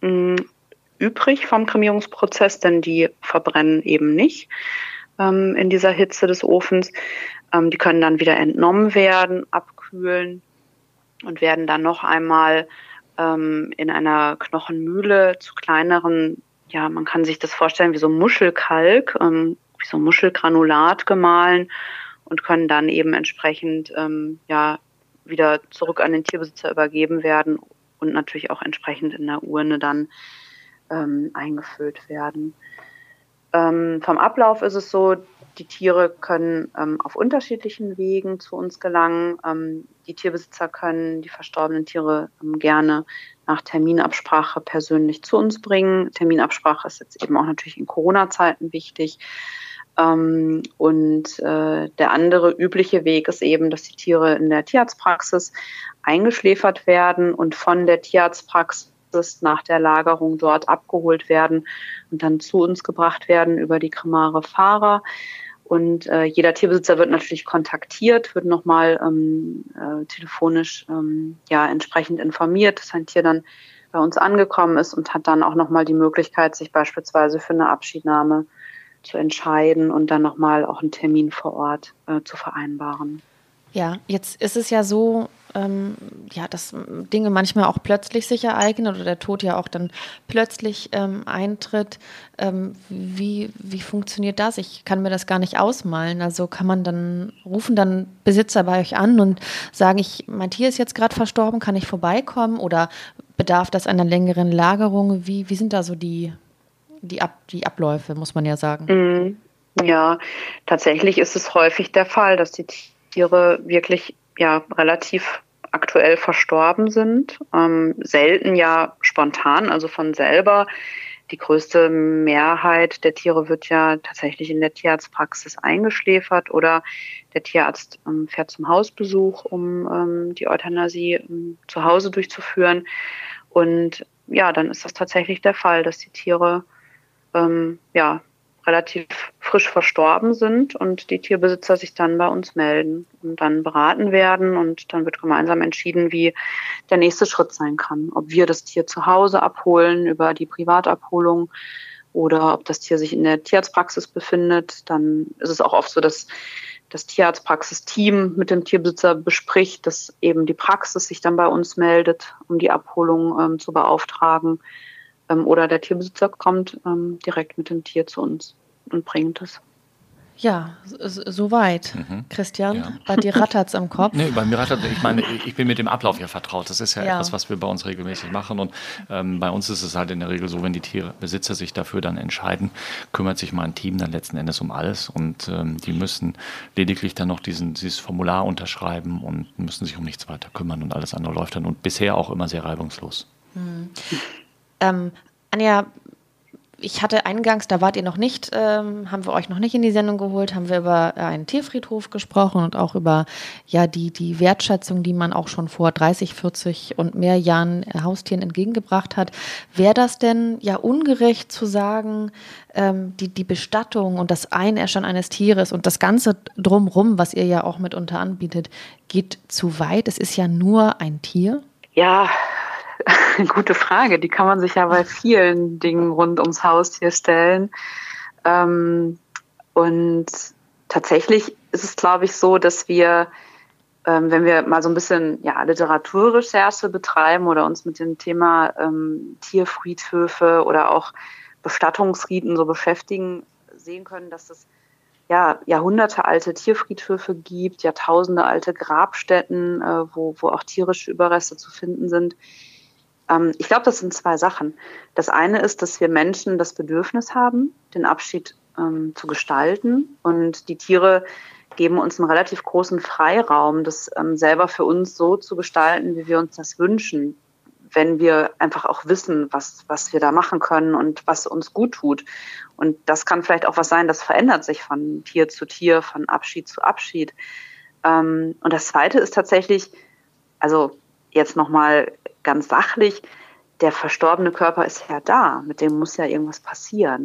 übrig vom Kremierungsprozess, denn die verbrennen eben nicht in dieser Hitze des Ofens. Die können dann wieder entnommen werden, abkühlen und werden dann noch einmal in einer Knochenmühle zu kleineren, ja, man kann sich das vorstellen wie so Muschelkalk, wie so Muschelgranulat gemahlen und können dann eben entsprechend wieder zurück an den Tierbesitzer übergeben werden und natürlich auch entsprechend in der Urne dann eingefüllt werden. Vom Ablauf ist es so, die Tiere können auf unterschiedlichen Wegen zu uns gelangen. Die Tierbesitzer können die verstorbenen Tiere gerne nach Terminabsprache persönlich zu uns bringen. Terminabsprache ist jetzt eben auch natürlich in Corona-Zeiten wichtig. Und der andere übliche Weg ist eben, dass die Tiere in der Tierarztpraxis eingeschläfert werden und von der Tierarztpraxis nach der Lagerung dort abgeholt werden und dann zu uns gebracht werden über die Kremare-Fahrer. Und jeder Tierbesitzer wird natürlich kontaktiert, wird nochmal telefonisch entsprechend informiert, dass ein Tier dann bei uns angekommen ist und hat dann auch nochmal die Möglichkeit, sich beispielsweise für eine Abschiednahme zu entscheiden und dann nochmal auch einen Termin vor Ort zu vereinbaren. Ja, jetzt ist es ja so, dass Dinge manchmal auch plötzlich sich ereignen oder der Tod ja auch dann plötzlich eintritt. Wie funktioniert das? Ich kann mir das gar nicht ausmalen. Also rufen dann Besitzer bei euch an und sagen, mein Tier ist jetzt gerade verstorben, kann ich vorbeikommen oder bedarf das einer längeren Lagerung? Wie sind da so die Abläufe, muss man ja sagen? Ja, tatsächlich ist es häufig der Fall, dass die Tiere wirklich relativ aktuell verstorben sind. Selten ja spontan, also von selber. Die größte Mehrheit der Tiere wird ja tatsächlich in der Tierarztpraxis eingeschläfert oder der Tierarzt fährt zum Hausbesuch, um die Euthanasie zu Hause durchzuführen. Und ja, dann ist das tatsächlich der Fall, dass die Tiere relativ frisch verstorben sind und die Tierbesitzer sich dann bei uns melden und dann beraten werden und dann wird gemeinsam entschieden, wie der nächste Schritt sein kann. Ob wir das Tier zu Hause abholen über die Privatabholung oder ob das Tier sich in der Tierarztpraxis befindet. Dann ist es auch oft so, dass das Tierarztpraxisteam mit dem Tierbesitzer bespricht, dass eben die Praxis sich dann bei uns meldet, um die Abholung zu beauftragen. Oder der Tierbesitzer kommt direkt mit dem Tier zu uns und bringt es. Ja, soweit. Christian, ja. Bei dir rattert's am Kopf. Nee, bei mir rattert, ich meine, ich bin mit dem Ablauf ja vertraut. Das ist ja etwas, was wir bei uns regelmäßig machen. Und bei uns ist es halt in der Regel so, wenn die Tierbesitzer sich dafür dann entscheiden, kümmert sich mein Team dann letzten Endes um alles. Und die müssen lediglich dann noch dieses Formular unterschreiben und müssen sich um nichts weiter kümmern. Und alles andere läuft dann und bisher auch immer sehr reibungslos. Anja, ich hatte eingangs, da wart ihr noch nicht, haben wir euch noch nicht in die Sendung geholt, haben wir über einen Tierfriedhof gesprochen und auch über die Wertschätzung, die man auch schon vor 30, 40 und mehr Jahren Haustieren entgegengebracht hat. Wäre das denn ungerecht zu sagen, die Bestattung und das Einäschern eines Tieres und das Ganze drumrum, was ihr ja auch mitunter anbietet, geht zu weit? Es ist ja nur ein Tier. Ja, gute Frage. Die kann man sich ja bei vielen Dingen rund ums Haustier stellen. Und tatsächlich ist es, glaube ich, so, dass wir, wenn wir mal so ein bisschen Literaturrecherche betreiben oder uns mit dem Thema Tierfriedhöfe oder auch Bestattungsriten so beschäftigen, sehen können, dass es jahrhundertealte Tierfriedhöfe gibt, Jahrtausende alte Grabstätten, wo auch tierische Überreste zu finden sind. Ich glaube, das sind zwei Sachen. Das eine ist, dass wir Menschen das Bedürfnis haben, den Abschied zu gestalten. Und die Tiere geben uns einen relativ großen Freiraum, das selber für uns so zu gestalten, wie wir uns das wünschen, wenn wir einfach auch wissen, was wir da machen können und was uns gut tut. Und das kann vielleicht auch was sein, das verändert sich von Tier zu Tier, von Abschied zu Abschied. Und das Zweite ist tatsächlich, also jetzt nochmal ganz sachlich, der verstorbene Körper ist ja da, mit dem muss ja irgendwas passieren.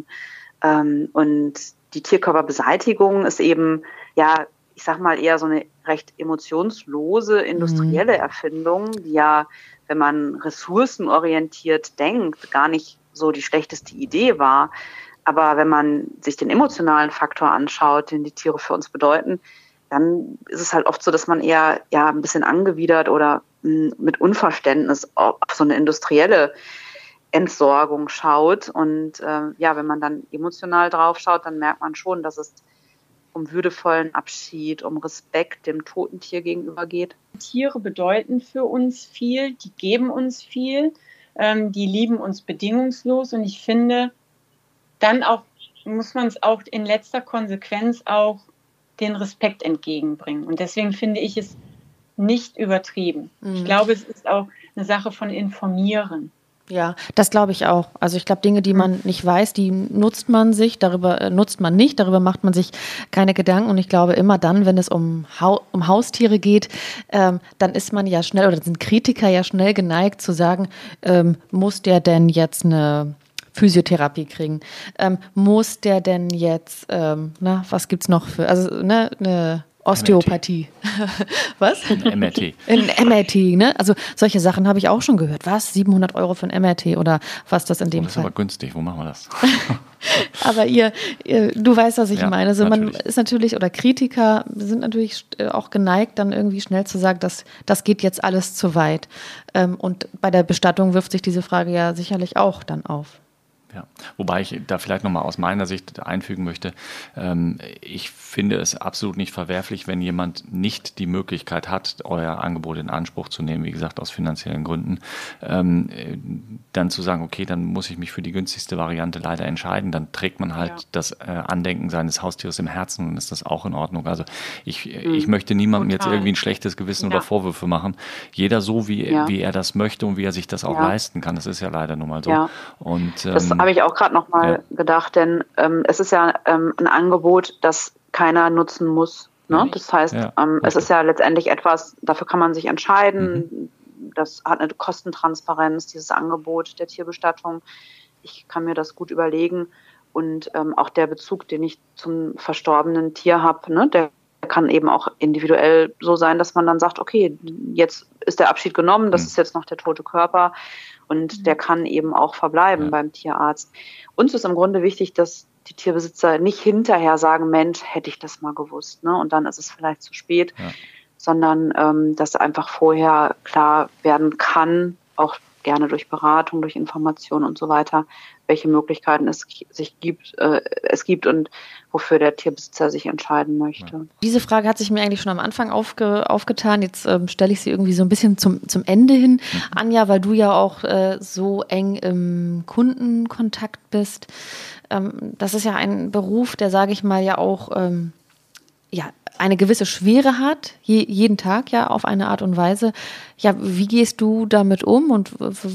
Und die Tierkörperbeseitigung ist eben, ich sag mal, eher so eine recht emotionslose, industrielle Erfindung, die ja, wenn man ressourcenorientiert denkt, gar nicht so die schlechteste Idee war. Aber wenn man sich den emotionalen Faktor anschaut, den die Tiere für uns bedeuten, dann ist es halt oft so, dass man eher ein bisschen angewidert oder mit Unverständnis auf so eine industrielle Entsorgung schaut. Und wenn man dann emotional drauf schaut, dann merkt man schon, dass es um würdevollen Abschied, um Respekt dem toten Tier gegenüber geht. Tiere bedeuten für uns viel, die geben uns viel, die lieben uns bedingungslos. Und ich finde, dann auch muss man es auch in letzter Konsequenz auch den Respekt entgegenbringen. Und deswegen finde ich es nicht übertrieben. Ich glaube, es ist auch eine Sache von Informieren. Ja, das glaube ich auch. Also ich glaube, Dinge, die man nicht weiß, die nutzt man nicht, darüber macht man sich keine Gedanken. Und ich glaube, immer dann, wenn es um Haustiere geht, dann ist man ja schnell, oder sind Kritiker ja schnell geneigt zu sagen, muss der denn jetzt eine Physiotherapie kriegen? Muss der denn jetzt, was gibt's noch für, eine Osteopathie. Was? Ein MRT. Ein MRT, ne? Also solche Sachen habe ich auch schon gehört. Was? 700 € für ein MRT oder was das in dem Fall? Das ist aber günstig. Wo machen wir das? Aber du weißt, was ich meine. Also man ist natürlich, oder Kritiker sind natürlich auch geneigt, dann irgendwie schnell zu sagen, das geht jetzt alles zu weit. Und bei der Bestattung wirft sich diese Frage ja sicherlich auch dann auf. Ja, wobei ich da vielleicht nochmal aus meiner Sicht einfügen möchte, ich finde es absolut nicht verwerflich, wenn jemand nicht die Möglichkeit hat, euer Angebot in Anspruch zu nehmen, wie gesagt, aus finanziellen Gründen, dann zu sagen, okay, dann muss ich mich für die günstigste Variante leider entscheiden, dann trägt man halt das Andenken seines Haustieres im Herzen und ist das auch in Ordnung. Also ich möchte niemandem jetzt irgendwie ein schlechtes Gewissen oder Vorwürfe machen. Jeder so, wie er das möchte und wie er sich das auch leisten kann. Das ist ja leider nun mal so. Ja. Und das habe ich auch gerade noch mal gedacht, denn es ist ja ein Angebot, das keiner nutzen muss. Ne? Das heißt, es ist ja letztendlich etwas, dafür kann man sich entscheiden. Das hat eine Kostentransparenz, dieses Angebot der Tierbestattung. Ich kann mir das gut überlegen. Und auch der Bezug, den ich zum verstorbenen Tier habe, ne, der kann eben auch individuell so sein, dass man dann sagt, okay, jetzt ist der Abschied genommen, das ist jetzt noch der tote Körper. Und der kann eben auch verbleiben beim Tierarzt. Uns ist im Grunde wichtig, dass die Tierbesitzer nicht hinterher sagen, Mensch, hätte ich das mal gewusst, ne? Und dann ist es vielleicht zu spät, sondern dass einfach vorher klar werden kann, auch gerne durch Beratung, durch Information und so weiter, welche Möglichkeiten es gibt und wofür der Tierbesitzer sich entscheiden möchte. Diese Frage hat sich mir eigentlich schon am Anfang aufgetan. Jetzt stelle ich sie irgendwie so ein bisschen zum Ende hin, Anja, weil du ja auch so eng im Kundenkontakt bist. Das ist ja ein Beruf, der, sage ich mal, ja auch eine gewisse Schwere hat, jeden Tag ja auf eine Art und Weise. Ja, wie gehst du damit um und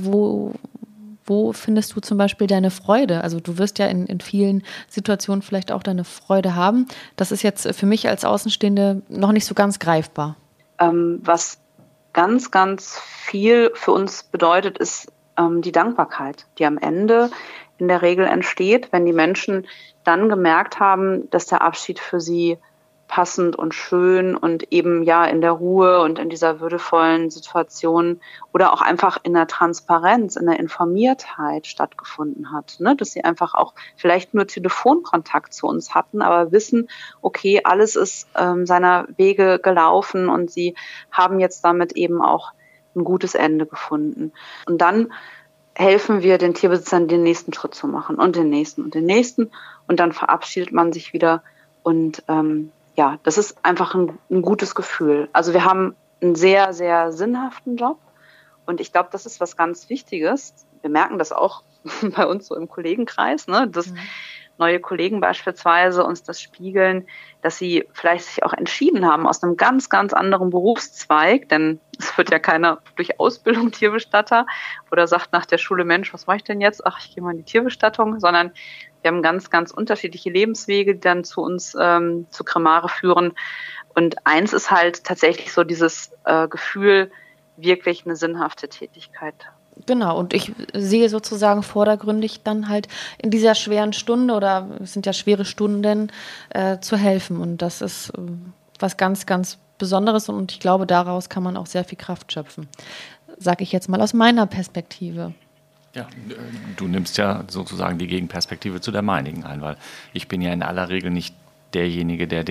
wo findest du zum Beispiel deine Freude? Also du wirst ja in vielen Situationen vielleicht auch deine Freude haben. Das ist jetzt für mich als Außenstehende noch nicht so ganz greifbar. Was ganz, ganz viel für uns bedeutet, ist die Dankbarkeit, die am Ende in der Regel entsteht, wenn die Menschen dann gemerkt haben, dass der Abschied für sie passend und schön und eben ja in der Ruhe und in dieser würdevollen Situation oder auch einfach in der Transparenz, in der Informiertheit stattgefunden hat, ne? Dass sie einfach auch vielleicht nur Telefonkontakt zu uns hatten, aber wissen, okay, alles ist seiner Wege gelaufen und sie haben jetzt damit eben auch ein gutes Ende gefunden. Und dann helfen wir den Tierbesitzern, den nächsten Schritt zu machen und den nächsten und dann verabschiedet man sich wieder und das ist einfach ein gutes Gefühl. Also wir haben einen sehr, sehr sinnhaften Job und ich glaube, das ist was ganz Wichtiges. Wir merken das auch bei uns so im Kollegenkreis, ne? Dass neue Kollegen beispielsweise uns das spiegeln, dass sie vielleicht sich auch entschieden haben aus einem ganz, ganz anderen Berufszweig, denn es wird ja keiner durch Ausbildung Tierbestatter oder sagt nach der Schule, Mensch, was mache ich denn jetzt? Ach, ich gehe mal in die Tierbestattung, sondern wir haben ganz, ganz unterschiedliche Lebenswege, die dann zu uns zu Kremare führen. Und eins ist halt tatsächlich so dieses Gefühl, wirklich eine sinnhafte Tätigkeit. Genau, und ich sehe sozusagen vordergründig dann halt in dieser schweren Stunde oder es sind ja schwere Stunden zu helfen. Und das ist was ganz, ganz Besonderes und ich glaube, daraus kann man auch sehr viel Kraft schöpfen. Sage ich jetzt mal aus meiner Perspektive. Ja, du nimmst ja sozusagen die Gegenperspektive zu der meinigen ein, weil ich bin ja in aller Regel nicht derjenige, der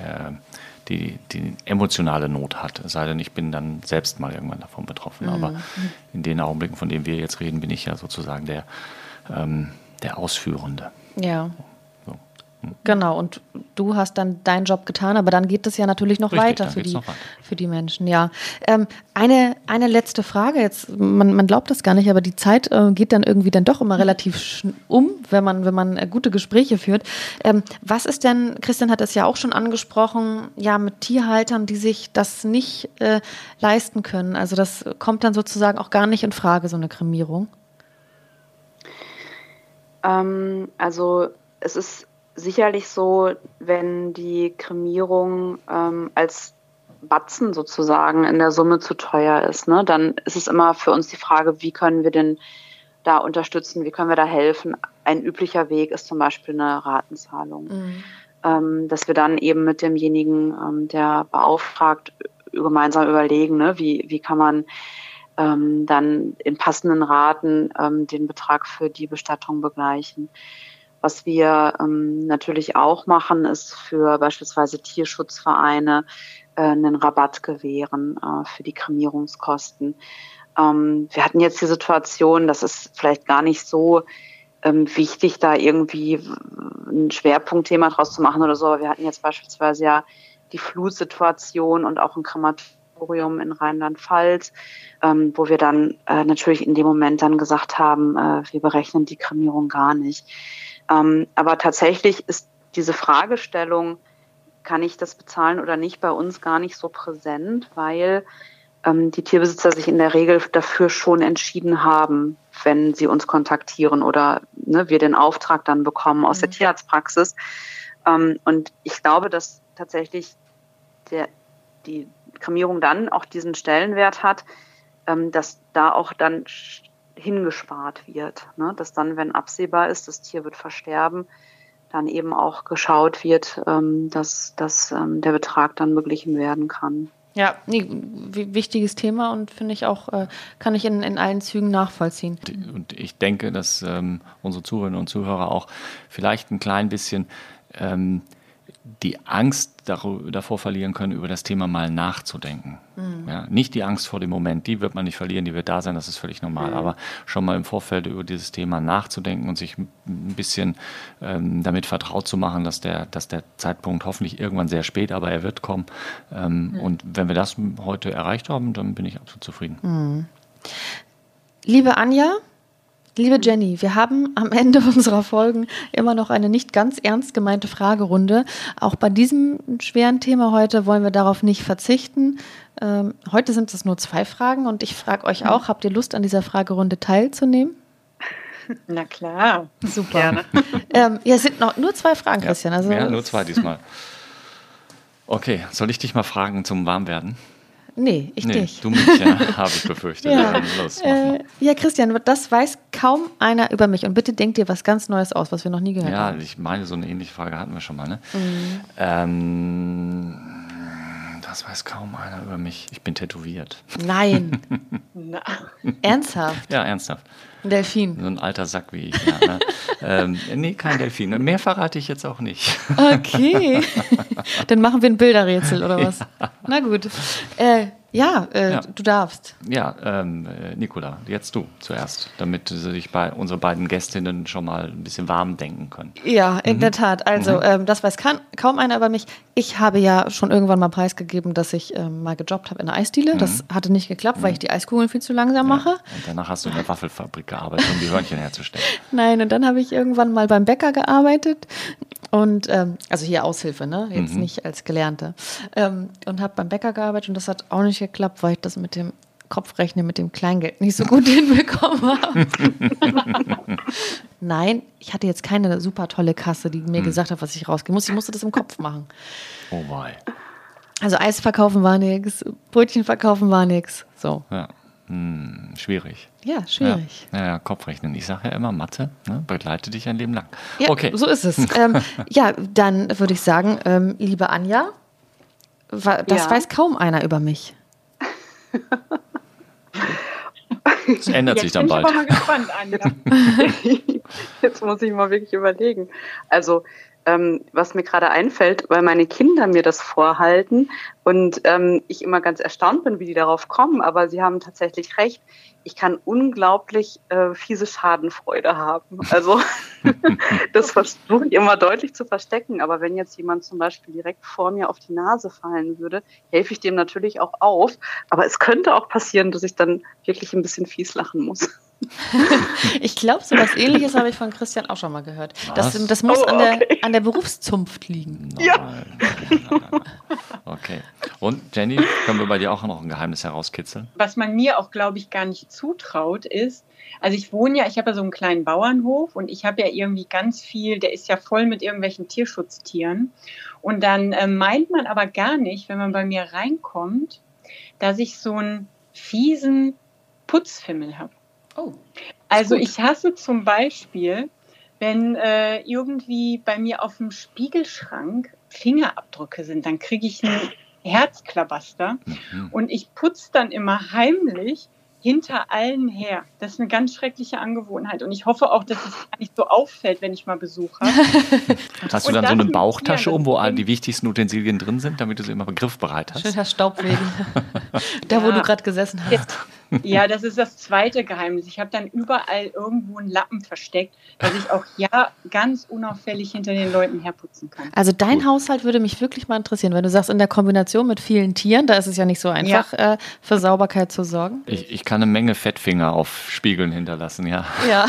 die emotionale Not hat. Es sei denn, ich bin dann selbst mal irgendwann davon betroffen. Aber in den Augenblicken, von denen wir jetzt reden, bin ich ja sozusagen der Ausführende. Ja. Genau, und du hast dann deinen Job getan, aber dann geht es ja natürlich noch weiter für die Menschen. Ja. Eine letzte Frage jetzt, man glaubt das gar nicht, aber die Zeit geht dann irgendwie dann doch immer relativ wenn man gute Gespräche führt. Was ist denn, Christian hat es ja auch schon angesprochen, ja, mit Tierhaltern, die sich das nicht leisten können? Also das kommt dann sozusagen auch gar nicht in Frage, so eine Kremierung? Also es ist sicherlich so, wenn die Kremierung als Batzen sozusagen in der Summe zu teuer ist, ne, dann ist es immer für uns die Frage, wie können wir denn da unterstützen, wie können wir da helfen. Ein üblicher Weg ist zum Beispiel eine Ratenzahlung, dass wir dann eben mit demjenigen, der beauftragt, gemeinsam überlegen, ne, wie kann man dann in passenden Raten den Betrag für die Bestattung begleichen. Was wir natürlich auch machen, ist für beispielsweise Tierschutzvereine einen Rabatt gewähren für die Kremierungskosten. Wir hatten jetzt die Situation, das ist vielleicht gar nicht so wichtig, da irgendwie ein Schwerpunktthema draus zu machen oder so. Aber wir hatten jetzt beispielsweise ja die Flutsituation und auch ein Krematorium in Rheinland-Pfalz, wo wir dann natürlich in dem Moment dann gesagt haben, wir berechnen die Kremierung gar nicht. Aber tatsächlich ist diese Fragestellung, kann ich das bezahlen oder nicht, bei uns gar nicht so präsent, weil die Tierbesitzer sich in der Regel dafür schon entschieden haben, wenn sie uns kontaktieren oder wir den Auftrag dann bekommen aus der Tierarztpraxis. Und ich glaube, dass tatsächlich die Kremierung dann auch diesen Stellenwert hat, dass da auch dann hingespart wird, ne? Dass dann, wenn absehbar ist, das Tier wird versterben, dann eben auch geschaut wird, dass der Betrag dann beglichen werden kann. Ja, nee, wichtiges Thema und finde ich auch, kann ich in allen Zügen nachvollziehen. Und ich denke, dass unsere Zuhörerinnen und Zuhörer auch vielleicht ein klein bisschen die Angst davor verlieren können, über das Thema mal nachzudenken. Ja, nicht die Angst vor dem Moment, die wird man nicht verlieren, die wird da sein, das ist völlig normal, aber schon mal im Vorfeld über dieses Thema nachzudenken und sich ein bisschen damit vertraut zu machen, dass der Zeitpunkt hoffentlich irgendwann sehr spät, aber er wird kommen. Und wenn wir das heute erreicht haben, dann bin ich absolut zufrieden. Liebe Anja, liebe Jenny, wir haben am Ende unserer Folgen immer noch eine nicht ganz ernst gemeinte Fragerunde. Auch bei diesem schweren Thema heute wollen wir darauf nicht verzichten. Heute sind es nur 2 Fragen und ich frage euch auch, habt ihr Lust, an dieser Fragerunde teilzunehmen? Na klar. Super. Es sind noch nur 2 Fragen, Christian. Also ja, nur 2 diesmal. Okay, soll ich dich mal fragen zum Warmwerden? Nee, dich. Du mich, ja, habe ich befürchtet. Ja. Los, mach mal. Ja, Christian, das weiß kaum einer über mich. Und bitte denk dir was ganz Neues aus, was wir noch nie gehört haben. Ja, ich meine, so eine ähnliche Frage hatten wir schon mal. Ne? Das weiß kaum einer über mich. Ich bin tätowiert. Nein. Ernsthaft? Ja, ernsthaft. Ein Delfin. So ein alter Sack wie ich. Ja, ne? Nee, kein Delfin. Mehr verrate ich jetzt auch nicht. Okay. Dann machen wir ein Bilderrätsel oder was? Ja. Na gut. Du darfst. Ja, Nicola, jetzt du zuerst, damit sich bei unsere beiden Gästinnen schon mal ein bisschen warm denken können. Ja, in der Tat. Also, das weiß kaum einer über mich. Ich habe ja schon irgendwann mal preisgegeben, dass ich mal gejobbt habe in der Eisdiele. Das hatte nicht geklappt, weil ich die Eiskugeln viel zu langsam mache. Und danach hast du in der Waffelfabrik gearbeitet, um die Hörnchen herzustellen. Nein, und dann habe ich irgendwann mal beim Bäcker gearbeitet. Und also hier Aushilfe, ne? Jetzt nicht als Gelernte. Und habe beim Bäcker gearbeitet und das hat auch nicht geklappt, weil ich das mit dem Kopfrechnen, mit dem Kleingeld nicht so gut hinbekommen habe. Nein, ich hatte jetzt keine super tolle Kasse, die mir gesagt hat, was ich rausgehen muss. Ich musste das im Kopf machen. Oh wei. Also Eis verkaufen war nix, Brötchen verkaufen war nix. So. Ja. Schwierig. Ja, schwierig. Ja, Kopfrechnen. Ich sage ja immer, Mathe begleitet dich ein Leben lang. Ja, okay. So ist es. Dann würde ich sagen, liebe Anja, das weiß kaum einer über mich. Das ändert sich dann bald. Ich bin mal gespannt, Anja. Jetzt muss ich mal wirklich überlegen. Also, was mir gerade einfällt, weil meine Kinder mir das vorhalten und ich immer ganz erstaunt bin, wie die darauf kommen, aber sie haben tatsächlich recht. Ich kann unglaublich fiese Schadenfreude haben. Also das versuche ich immer deutlich zu verstecken. Aber wenn jetzt jemand zum Beispiel direkt vor mir auf die Nase fallen würde, helfe ich dem natürlich auch auf. Aber es könnte auch passieren, dass ich dann wirklich ein bisschen fies lachen muss. Ich glaube, so was Ähnliches habe ich von Christian auch schon mal gehört. Das muss an der Berufszunft liegen. Nein. Okay. Und Jenny, können wir bei dir auch noch ein Geheimnis herauskitzeln? Was man mir auch, glaube ich, gar nicht zutraut, ist, also ich habe ja so einen kleinen Bauernhof und ich habe ja irgendwie ganz viel, der ist ja voll mit irgendwelchen Tierschutztieren. Und dann meint man aber gar nicht, wenn man bei mir reinkommt, dass ich so einen fiesen Putzfimmel habe. Oh, also ich hasse zum Beispiel, wenn irgendwie bei mir auf dem Spiegelschrank Fingerabdrücke sind, dann kriege ich einen Herzklabaster und ich putze dann immer heimlich hinter allen her. Das ist eine ganz schreckliche Angewohnheit und ich hoffe auch, dass es gar nicht so auffällt, wenn ich mal Besuch habe. Hast du dann so eine Bauchtasche wo die wichtigsten Utensilien drin sind, damit du sie immer griffbereit hast? Schön das Staubwedel. Wo du gerade gesessen hast. Ja, das ist das zweite Geheimnis. Ich habe dann überall irgendwo einen Lappen versteckt, dass ich auch ganz unauffällig hinter den Leuten herputzen kann. Also dein Haushalt würde mich wirklich mal interessieren, wenn du sagst, in der Kombination mit vielen Tieren, da ist es ja nicht so einfach, für Sauberkeit zu sorgen. Ich kann eine Menge Fettfinger auf Spiegeln hinterlassen, ja. Ja.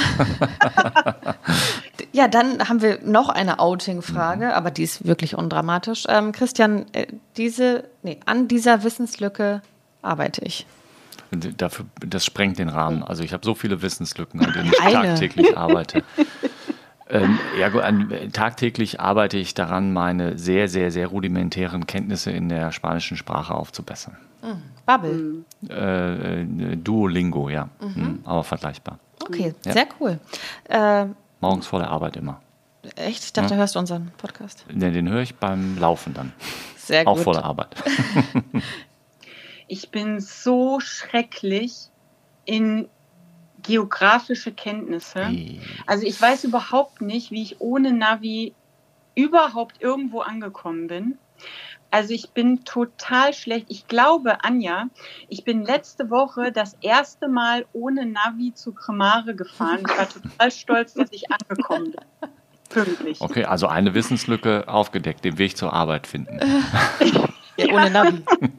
Ja, dann haben wir noch eine Outing-Frage, aber die ist wirklich undramatisch. Christian, an dieserWissenslücke arbeite ich. Das sprengt den Rahmen. Also ich habe so viele Wissenslücken, an denen ich tagtäglich arbeite. Tagtäglich arbeite ich daran, meine sehr, sehr, sehr rudimentären Kenntnisse in der spanischen Sprache aufzubessern. Babbel. Duolingo, ja. Aber vergleichbar. Okay, sehr cool. Morgens vor der Arbeit immer. Echt? Ich dachte, hörst du unseren Podcast. Den höre ich beim Laufen dann. Sehr gut. Auch vor der Arbeit. ich bin so schrecklich in geografische Kenntnisse. Also ich weiß überhaupt nicht, wie ich ohne Navi überhaupt irgendwo angekommen bin. Also ich bin total schlecht. Ich glaube, Anja, ich bin letzte Woche das erste Mal ohne Navi zu Cremare gefahren. Ich war total stolz, dass ich angekommen bin. Pünktlich. Okay, also eine Wissenslücke aufgedeckt, den Weg zur Arbeit finden. Ja, ohne Navi.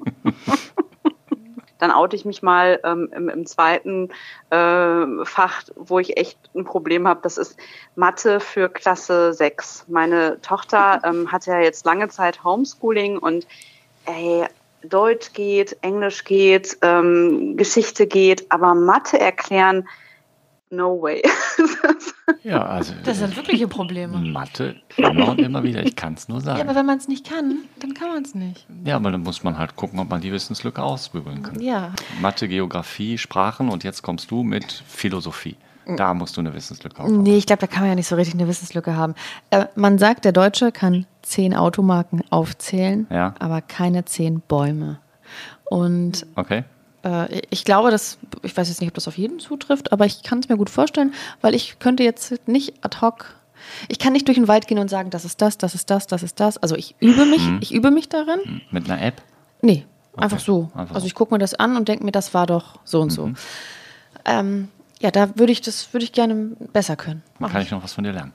Dann oute ich mich mal im zweiten Fach, wo ich echt ein Problem habe. Das ist Mathe für Klasse 6. Meine Tochter hatte ja jetzt lange Zeit Homeschooling und Deutsch geht, Englisch geht, Geschichte geht, aber Mathe erklären, no way. Ja, also Das sind wirkliche Probleme. Mathe immer und immer wieder, ich kann es nur sagen. Ja, aber wenn man es nicht kann, dann kann man es nicht. Ja, aber dann muss man halt gucken, ob man die Wissenslücke ausbügeln kann. Ja. Mathe, Geografie, Sprachen und jetzt kommst du mit Philosophie. Da musst du eine Wissenslücke aufbauen. Nee, ich glaube, da kann man ja nicht so richtig eine Wissenslücke haben. Man sagt, der Deutsche kann 10 Automarken aufzählen, Ja. aber keine 10 Bäume. Und Okay. ich glaube, ich weiß jetzt nicht, ob das auf jeden zutrifft, aber ich kann es mir gut vorstellen, weil ich könnte jetzt nicht ad hoc, ich kann nicht durch den Wald gehen und sagen, das ist das, das ist das, das ist das. Also ich übe mich darin. Mit einer App? Nee, Okay. einfach so. Einfach Also so. ich gucke mir das an und denke mir, das war doch so und so. Ja, da würde ich gerne besser können. Dann kann ich noch was von dir lernen.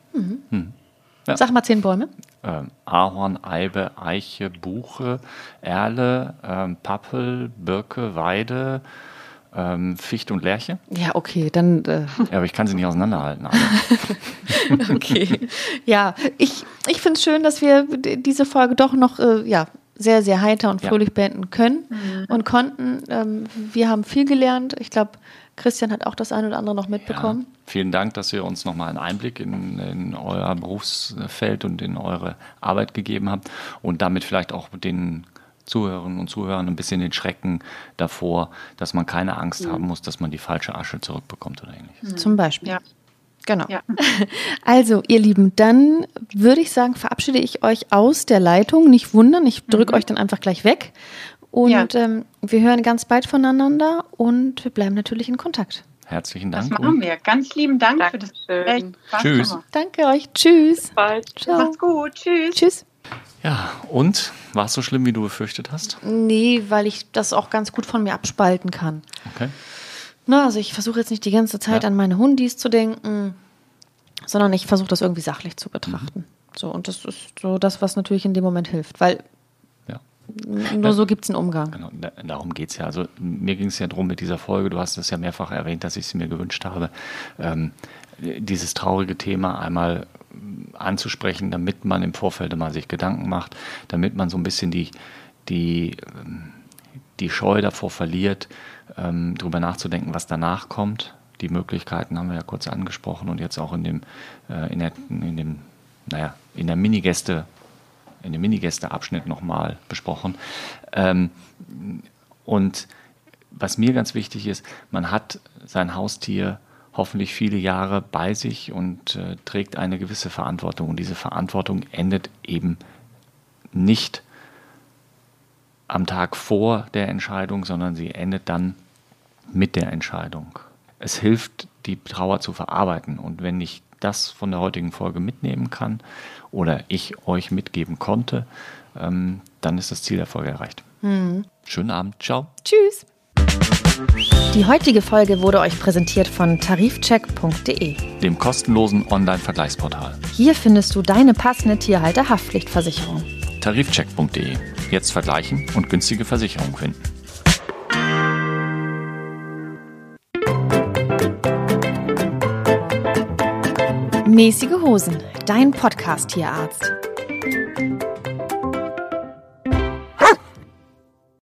Ja. Sag mal 10 Bäume. Ahorn, Eibe, Eiche, Buche, Erle, Pappel, Birke, Weide, Fichte und Lärche. Ja, okay, dann. Ja, aber ich kann sie nicht auseinanderhalten. alle. Okay. Ja, ich finde es schön, dass wir diese Folge doch noch sehr, sehr heiter und fröhlich beenden können und konnten. Wir haben viel gelernt. Ich glaube, Christian hat auch das eine oder andere noch mitbekommen. Ja, vielen Dank, dass ihr uns nochmal einen Einblick in euer Berufsfeld und in eure Arbeit gegeben habt und damit vielleicht auch den Zuhörerinnen und Zuhörern ein bisschen den Schrecken davor, dass man keine Angst haben muss, dass man die falsche Asche zurückbekommt oder ähnliches. Zum Beispiel. Ja. Genau. Ja. Also, ihr Lieben, dann würde ich sagen, verabschiede ich euch aus der Leitung. Nicht wundern, ich drücke euch dann einfach gleich weg. Und wir hören ganz bald voneinander und wir bleiben natürlich in Kontakt. Herzlichen Das Dank. machen wir. Ganz lieben Dank für das Dankeschön. Gespräch. War Tschüss. Hammer. Danke euch. Tschüss. Bis bald. Ciao. Macht's gut. Tschüss. Tschüss. Ja, und? War es so schlimm, wie du befürchtet hast? Nee, weil ich das auch ganz gut von mir abspalten kann. Okay. Na, also ich versuche jetzt nicht die ganze Zeit an meine Hundis zu denken, sondern ich versuche das irgendwie sachlich zu betrachten. So, und das ist so das, was natürlich in dem Moment hilft, weil Ja. nur so gibt es einen Umgang. Genau, darum geht es ja. Also mir ging es ja darum mit dieser Folge, du hast es ja mehrfach erwähnt, dass ich sie mir gewünscht habe, dieses traurige Thema einmal anzusprechen, damit man im Vorfeld mal sich Gedanken macht, damit man so ein bisschen die Scheu davor verliert, darüber nachzudenken, was danach kommt. Die Möglichkeiten haben wir ja kurz angesprochen und jetzt auch in dem Minigäste-Abschnitt nochmal besprochen. Und was mir ganz wichtig ist, man hat sein Haustier hoffentlich viele Jahre bei sich und trägt eine gewisse Verantwortung. Und diese Verantwortung endet eben nicht am Tag vor der Entscheidung, sondern sie endet dann mit der Entscheidung. Es hilft, die Trauer zu verarbeiten. Und wenn ich das von der heutigen Folge mitnehmen kann oder ich euch mitgeben konnte, dann ist das Ziel der Folge erreicht. Schönen Abend. Ciao. Tschüss. Die heutige Folge wurde euch präsentiert von tarifcheck.de. Dem kostenlosen Online-Vergleichsportal. Hier findest du deine passende Tierhalter-Haftpflichtversicherung. Tarifcheck.de. Jetzt vergleichen und günstige Versicherungen finden. Mäßige Hosen, dein Podcast-Tierarzt.